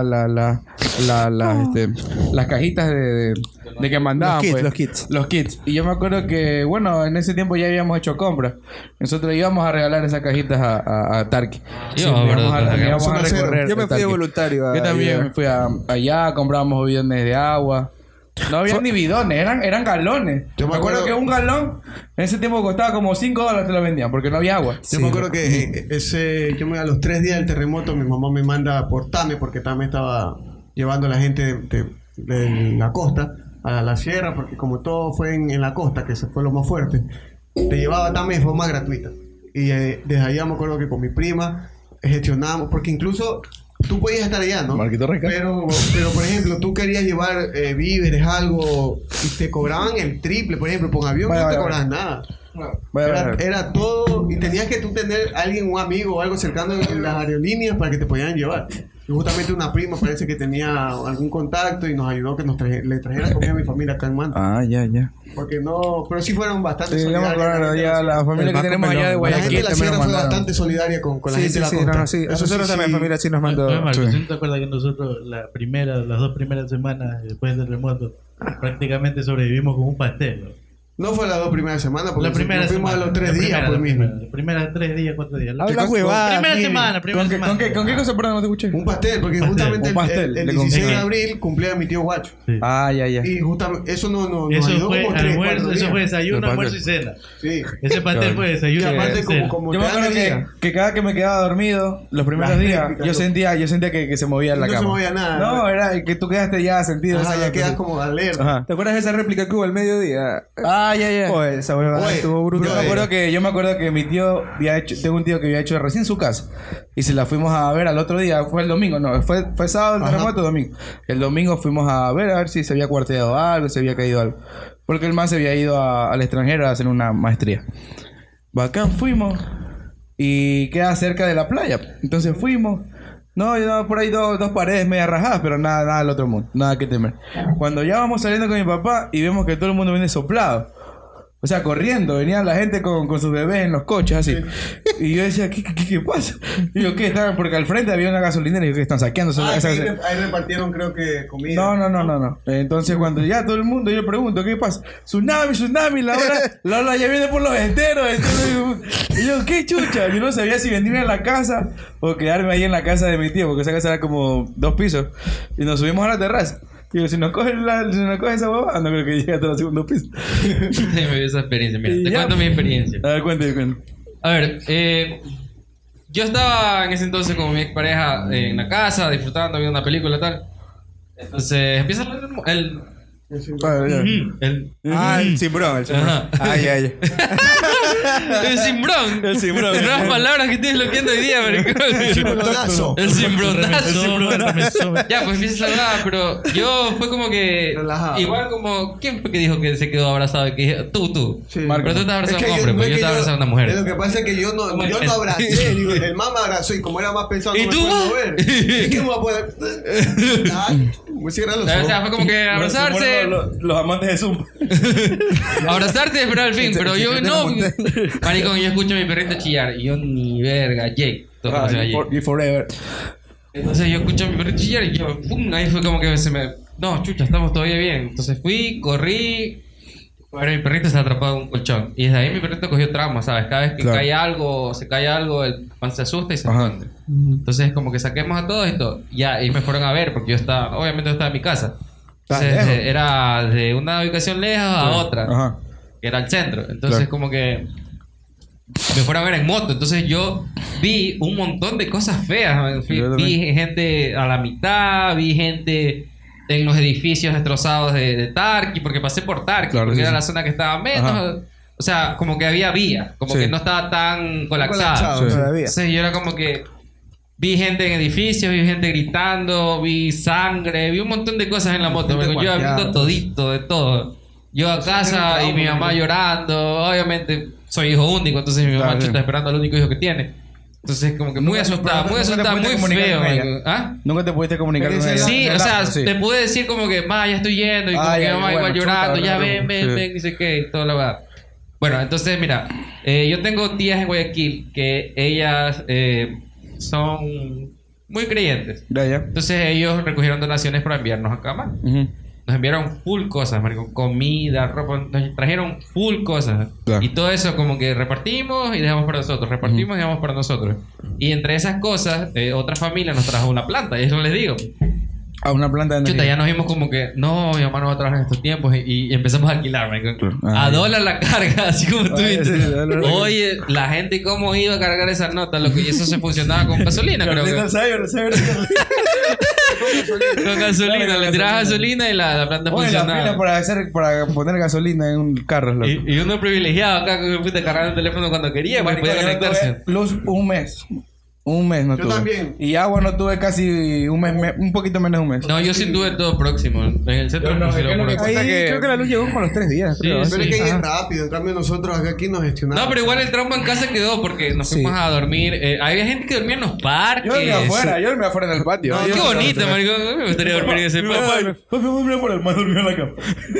las cajitas de que mandaban. Los kits. Y yo me acuerdo que, bueno, en ese tiempo ya habíamos hecho compras. Nosotros íbamos a regalar esas cajitas a Tarki. Íbamos a recorrer. Yo me fui de Tarqui. voluntario. Yo también me fui allá, comprábamos bidones de agua. No había ni bidones, eran galones. Yo me acuerdo que un galón en ese tiempo costaba como $5 te lo vendían porque no había agua. Yo me acuerdo que a los 3 días del terremoto mi mamá me manda por Tame porque Tame estaba llevando a la gente de la costa a la sierra porque como todo fue en la costa que se fue lo más fuerte te llevaba Tame de forma gratuita y desde allá me acuerdo que con mi prima gestionábamos porque incluso tú podías estar allá, ¿no? Marquito Rica. Pero por ejemplo, tú querías llevar víveres, algo, y te cobraban el triple, por ejemplo, por avión no te cobraban nada. Era todo, y tenías que tú tener alguien, un amigo o algo cercano en las aerolíneas para que te pudieran llevar. Y justamente una prima parece que tenía algún contacto y nos ayudó que le trajera comida a mi familia acá en Manta. Ah, ya. Porque no, pero sí fueron bastante Sí, yo me solidarios. acuerdo, ya la familia que tenemos allá de La gente Guayaquil de la también sierra nos fue mandaron. bastante solidaria con la gente de la costa. Nosotros también, familia, sí nos mandó. Oye, Marco, Sí. ¿tú te acuerdas que nosotros las 2 primeras semanas después del terremoto prácticamente sobrevivimos con un pastel? ¿No? No fue las 2 primeras semanas, porque La primera nos fuimos semana, a los 3 días, pues mismo. Las primeras 3 días, 4 días. Habla huevada. Primera Mimi. semana. ¿Con qué cosa, perdón, no te escuché? Un pastel, porque justamente Un pastel. el Le 16 de compré. abril cumplía mi tío Guacho. Sí. Ah, ya. Y justamente eso nos Eso ayudó fue como 3, 4 almuerzo, días. eso fue desayuno, El almuerzo y pastel. cena. Sí. Ese pastel fue desayuno. Y aparte y cena. como Yo me te dan acuerdo el día, que cada que me quedaba dormido, los primeros Las días, réplicas, yo ¿no? sentía que se movía en la No se cama. movía nada. No, era que tú quedaste ya sentido. Ajá, esa ya quedas cosa. como alerta. Ajá. ¿Te acuerdas de esa réplica que hubo al mediodía? Ah, ya. Oye, esa huevada Oye, estuvo brutal. Yo me acuerdo que mi tío había hecho, tengo un tío que había hecho recién su casa y se la fuimos a ver al otro día, fue el domingo, no, fue sábado el terremoto, domingo. El domingo fuimos a ver si se había cuarteado algo, se había caído algo, porque el man se había ido al extranjero a hacer una maestría. Bacán, fuimos y queda cerca de la playa, entonces fuimos. No, por ahí dos paredes media rajadas, pero nada del otro mundo, nada que temer. Cuando ya vamos saliendo con mi papá y vemos que todo el mundo viene soplado. O sea, corriendo, venía la gente con sus bebés en los coches, así. Y yo decía, ¿qué pasa? Y yo, ¿qué? Estaban, porque al frente había una gasolinera y yo, ¿qué? Están saqueando esa Ahí repartieron, creo que comida. No. Entonces, cuando ya todo el mundo, yo pregunto, ¿qué pasa? Tsunami, la ola ya viene por los enteros. Y yo, ¿qué chucha? Yo no sabía si venirme a la casa o quedarme ahí en la casa de mi tío, porque esa casa era como 2 pisos. Y nos subimos a la terraza. Digo, si nos coge esa huevada, no creo que llegue hasta el segundo piso. Sí, me dio esa experiencia. Mira, Y te ya. cuento mi experiencia. A ver, cuéntame. A ver, yo estaba en ese entonces con mi expareja en la casa, disfrutando, viendo una película y tal. Entonces empieza el El cimbrón, el cimbrón. Ajá. Ay. el cimbrón. El cimbrón. Nuevas palabras que estoy bloqueando hoy día, maricón. Cimbronazo. El cimbronazo. cimbronazo. Ya, pues empieza a hablar, pero yo fue como que... Relajado. Igual como... ¿Quién fue que dijo que se quedó abrazado? Y que dije, tú. Sí. Marco. Pero tú estás abrazando a un yo- hombre, no pues es yo que estaba abrazando a una mujer. Lo que pasa es que yo no abracé. Digo, el mamá abrazó y como era más pesado, ¿Y no tú? me puedo mover. ¿Y qué me voy a poder? Ay, me cierran los O sea, ojos. fue como que abrazarse, Los amantes de Zoom. abrazarte y esperar el fin, pero yo no. Maricón, yo escucho a mi perrito chillar y yo ni verga, Jake. Todos conocen a Jake. Y forever. Entonces yo escucho a mi perrito chillar y yo, pum, ahí fue como que se me... No, chucha, estamos todavía bien. Entonces fui, corrí, pero mi perrito se atrapado en un colchón. Y desde ahí mi perrito cogió trauma, ¿sabes? Cada vez que Claro. cae algo, se cae algo, el pan se asusta y se Ajá. esconde. Entonces como que saquemos a todos y todo. Ya, y me fueron a ver porque yo estaba... Obviamente yo estaba en mi casa. Entonces, lejos. era de una ubicación lejos a otra. Ajá. Que era el centro. Entonces, Claro. como que me fueron a ver en moto. Entonces, yo vi un montón de cosas feas. Man. Yo también. Vi gente a la mitad, vi gente en los edificios destrozados de Tarqui, porque pasé por Tarqui, Claro, porque sí, era sí. la zona que estaba menos. Ajá. O sea, como que había vías, como Sí. que no estaba tan colapsada. Colapsado. Sí. Todavía. Entonces, yo era como que vi gente en edificios, vi gente gritando, vi sangre, vi un montón de cosas en la moto. Gente Yo había guateada. visto todito, de todo. Yo a casa y mi mamá llorando. Obviamente soy hijo único, entonces mi mamá Claro, sí. está esperando al único hijo que tiene. Entonces como que muy asustada, muy asustada, muy feo. marico. ¿Ah? Nunca te pudiste comunicar Pero con ese ella. Sí, o sea, Sí. te pude decir como que, ma, ya estoy yendo. Y como Ah, que mi ya, mamá bueno, igual chuta, llorando, ya bueno, ven, sí. dice que, y toda la verdad. Bueno, entonces mira, yo tengo tías en Guayaquil que ellas son muy creyentes. Ya. Entonces ellos recogieron donaciones para enviarnos acá más. Ujú. Nos enviaron full cosas, marico, comida, ropa, nos trajeron full cosas. Claro. Y todo eso como que repartimos y dejamos para nosotros, repartimos y dejamos para nosotros. Y entre esas cosas, otra familia nos trajo una planta, y eso les digo. A una planta de Chuta, energía. ya nos vimos como que, no, mi mamá no va a trabajar en estos tiempos y empezamos a alquilar, marico. Claro. A Ah, ya. dólar la carga, así como tú Ah, viste. sí, dólar. Oye, la gente cómo iba a cargar esas notas, loco, y eso se funcionaba con gasolina, creo que. Con gasolina, le tirabas gasolina y la planta Oye, la funcionaba. fila para poner gasolina en un carro, loco. Y uno privilegiado acá que pude cargar el teléfono cuando quería, pues podía Yo no conectarse. tuve luz un mes. Un mes no Yo tuve. también. Y agua no tuve casi un mes, un poquito menos de un mes. No, yo sí tuve todo próximo. En el centro Yo no, pusieron es que lo que por pasa acá. Ahí que- creo que la luz llegó como a los 3 días. Sí, creo. sí. Pero es que ahí Ajá. es rápido. En cambio, nosotros aquí nos gestionamos. No, pero igual el trauma en casa quedó porque nos fuimos Sí. a dormir. Había gente que dormía en los parques. Yo dormía afuera en el patio. Qué bonito, marico. Me gustaría dormir en ese parque. Mira por el más durmió en la cama.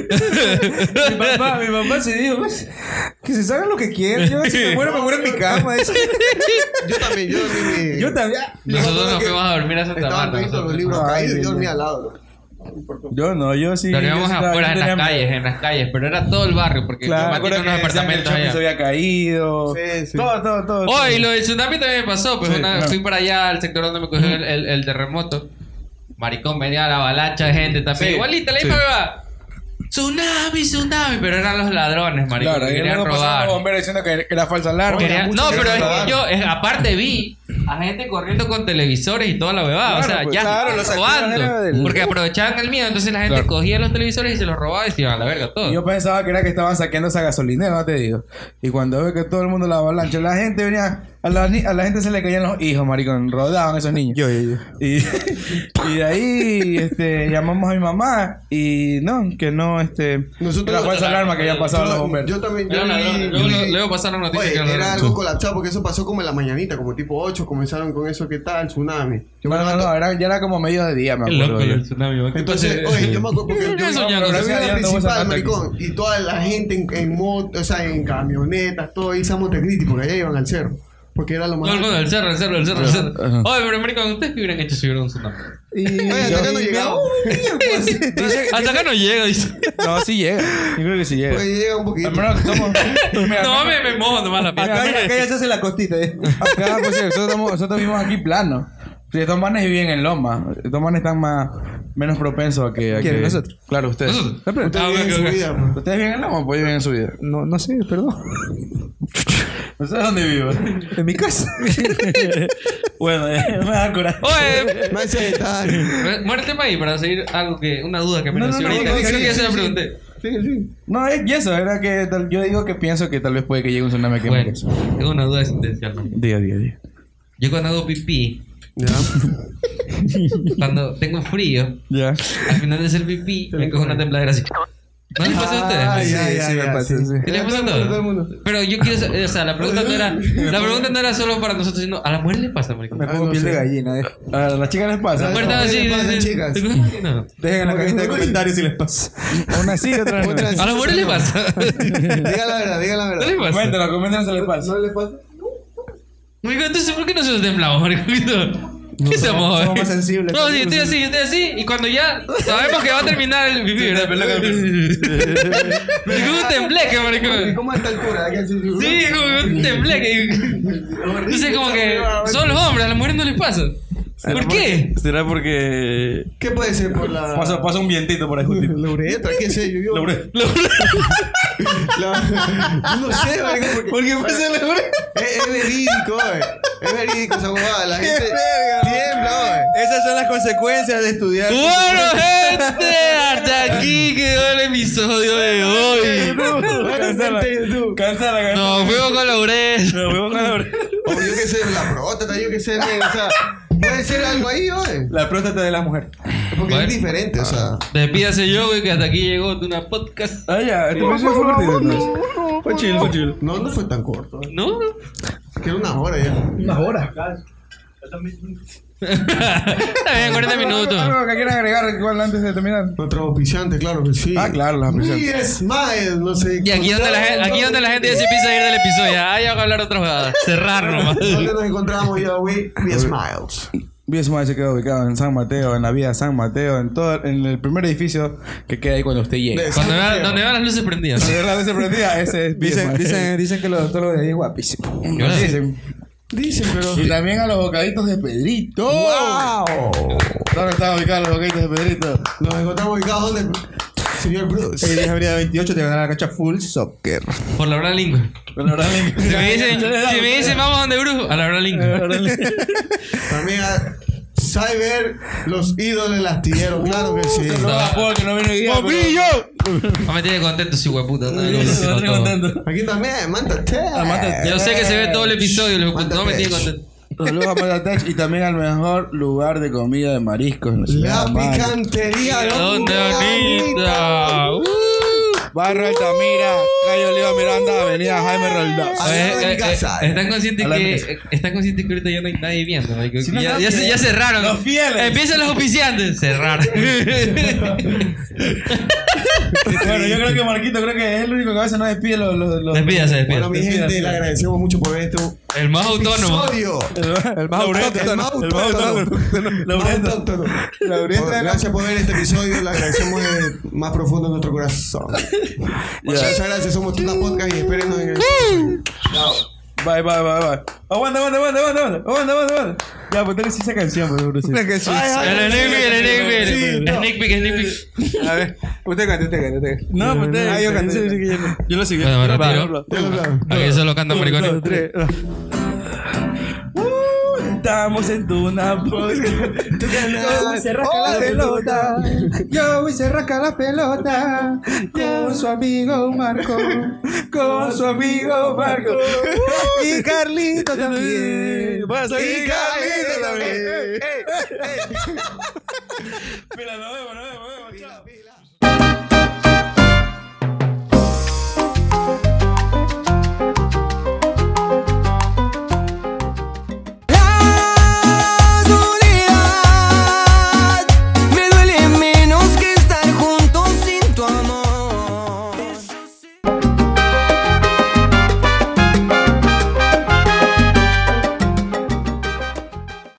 Mi mamá se dijo, pues, que se hagan lo que quieran. Yo si me muero en mi cama. Dice. Yo también, yo dormí. Yo también. Nosotros nos fuimos a dormir a Santa Estaban Marta. todos los nosotros. libros Ay, caídos y yo Dios dormía al lado. Yo sí. Dormíamos afuera en las calles, pero era todo el barrio, porque claro, yo mantenía unos apartamentos allá. Se había caído. Sí. Todo. Oh, y lo del tsunami también me pasó, pues fui para allá al sector donde me cogió el terremoto. Maricón, venía la avalancha de gente también. Igualita, la misma beba. Tsunami, pero eran los ladrones, maricón. Claro, que querían robar. Los bomberos diciendo que era falsa alarma. No, pero es que yo, aparte vi a gente corriendo con televisores y toda la bebada. Claro, o sea, pues, ya robando. Porque aprovechaban el miedo, entonces la gente cogía los televisores y se los robaba y se iban a la verga todo. Yo pensaba que era que estaban saqueando esa gasolinera, no te digo. Y cuando veo que todo el mundo la avalancha, la gente venía... A la gente se le caían los hijos, maricón. Rodaban esos niños. Yo. Y de ahí llamamos a mi mamá y nosotros la falsa alarma que había pasado los bomberos. Yo también. Luego pasaron noticias que era algo colapsado porque eso pasó como en la mañanita, como tipo 8. Comenzaron con eso, ¿qué tal? Tsunami. Ya era como medio de día, me acuerdo. El tsunami. Entonces, oye, yo me acuerdo porque yo la principal, maricón, y toda la gente en moto, o sea, en camionetas, todo ahí Monte Cristi, porque allá iban al cerro. Porque era lo más... No, el cerro. Oye, pero maricón, ¿ustedes qué hubieran hecho si hubiera un tsunami? Hasta acá no llegaba. Hasta acá no llega, dice. No, sí llega. Yo creo que sí llega. Pues llega un poquito. Hermano, no, me mojo nomás la piel. Acá ya se hace la costita, Acá, pues nosotros vivimos aquí plano. Estos manes viven en Loma. Estos manes están menos propensos a que... ¿Quiénes? ¿Nosotros? Claro, ustedes. Ustedes viven en su vida. ¿Ustedes viven en Loma? Pues viven en su vida. No sé, perdón. No sé dónde vivo. En mi casa. Bueno, me da coraje. Oye, Más sedentario. muérete para ahí para seguir una duda que me nació ahorita. Creo que ya se la pregunté. Sí. No, es eso. Era que yo digo que pienso que tal vez puede que llegue un tsunami aquí. Bueno, tengo una duda existencial. Diga. Yo cuando hago pipí, Ya. cuando tengo frío, al final de hacer pipí, me cojo una tembladera así. ¿No les pasa a ustedes? Sí, me pasa. ¿Sí les pasa a todo el mundo? Pero yo quiero saber, o sea, la pregunta no era solo para nosotros, sino a las mujeres les pasa, maricón. Me pongo piel de gallina, A las chicas les pasa. Las mujeres así, chicas. no. Dejen en la cajita de comentarios si les pasa. Una sí, otra no. A las mujeres les pasa. Diga la verdad. ¿No les pasa? Coméntanos si les pasa. ¿No les pasa? Maricón, entonces, ¿por qué nosotros temblamos, maricón? ¿Qué somos más sensibles. No, sí, estoy así. Y cuando ya sabemos que va a terminar el pipí, ¿verdad? Como un tembleque, maricón. ¿Cómo a esta altura? Sí, como un tembleque. Entonces, como que son los hombres, a las mujeres no les pasa. ¿Por qué? ¿Será porque... ¿Qué puede ser por la... Pasa un vientito por ahí justito. La uretra, qué sé yo. La uretra. No sé, marico, ¿Por qué pasa la uretra? Es verídico, es verídico esa huevada. La gente tiembla, Esas son las consecuencias de estudiar. Bueno, gente, hasta aquí quedó el episodio de hoy. Cancela. Nos fuimos con la uretra. O yo qué sé, la próstata, yo qué sé, o sea... Puede ser algo ahí, oye. La próstata de la mujer. Porque es diferente, o sea. Despídase yo, güey, que hasta aquí llegó una podcast. Ya. Este episodio fue cortito, entonces. Fue chill. No fue tan corto. ¿No? Que era una hora ya. Una hora. Está bien, 40 minutos. ¿Algo que quieran agregar igual antes de terminar? Nuestros auspiciantes, claro que sí. Claro, los auspiciantes. We Smile, no sé. Y aquí donde la gente ya se empieza a ir del episodio. Ya hay que hablar de otras jugadas. Cerrar nomás. ¿Dónde nos encontramos ya, We Smiles? BSMI se queda ubicado en San Mateo, en la vía San Mateo, en el primer edificio que queda ahí cuando usted llegue. Donde van las luces prendidas. Donde las luces prendidas, ese es Dicen que los doctores de ahí es guapísimo. Dicen, pero... Y también a los bocaditos de Pedrito. ¡Wow! ¿Dónde están ubicados los bocaditos de Pedrito? Nos encontramos ubicados donde... Señor Bruce. El 10 de abril 28 te van a la cancha Full Soccer. Por la hora lingua. Si me dicen vamos donde Bruce, a la hora lingua. También Cyber, los ídolos del astillero, claro que sí. Porque no viene guía. No me tiene contento ese hueputa. Aquí también, Mántate. Yo sé que se ve todo el episodio, no me tiene contento. Saludos a Patatech y también al mejor lugar de comida de mariscos en la ciudad. La picantería. ¿Dónde, Anita? Barrio Altamira, calle Oliva Miranda, avenida Jaime Roldós. ¿Están conscientes que ahorita ya no hay nadie viendo? Ya cerraron. Los fieles. Empiezan los oficiantes. Cerrar. Bueno, yo creo que Marquito es el único que a veces no despide los... Despídase. Bueno, mi gente, le agradecemos mucho por esto. El más autónomo. El más autóctono. Gracias por ver este episodio. Le agradecemos de más profundo de nuestro corazón. Muchas gracias. Somos Tuna Podcast y espérenos en el episodio. Chao. Bye. Aguanta. Ya, pues tenés esa canción, bro. El sneak peek. A ver, usted cante. No, pues yo canté. Yo lo sigo. Bueno, retiro. Aquí solo canta maricones. Estamos en Tuna Podcast. Yo voy se rasca la pelota con su amigo Marco. Y Carlito también. Y Carlito también. Mira, nos vemos. Chao.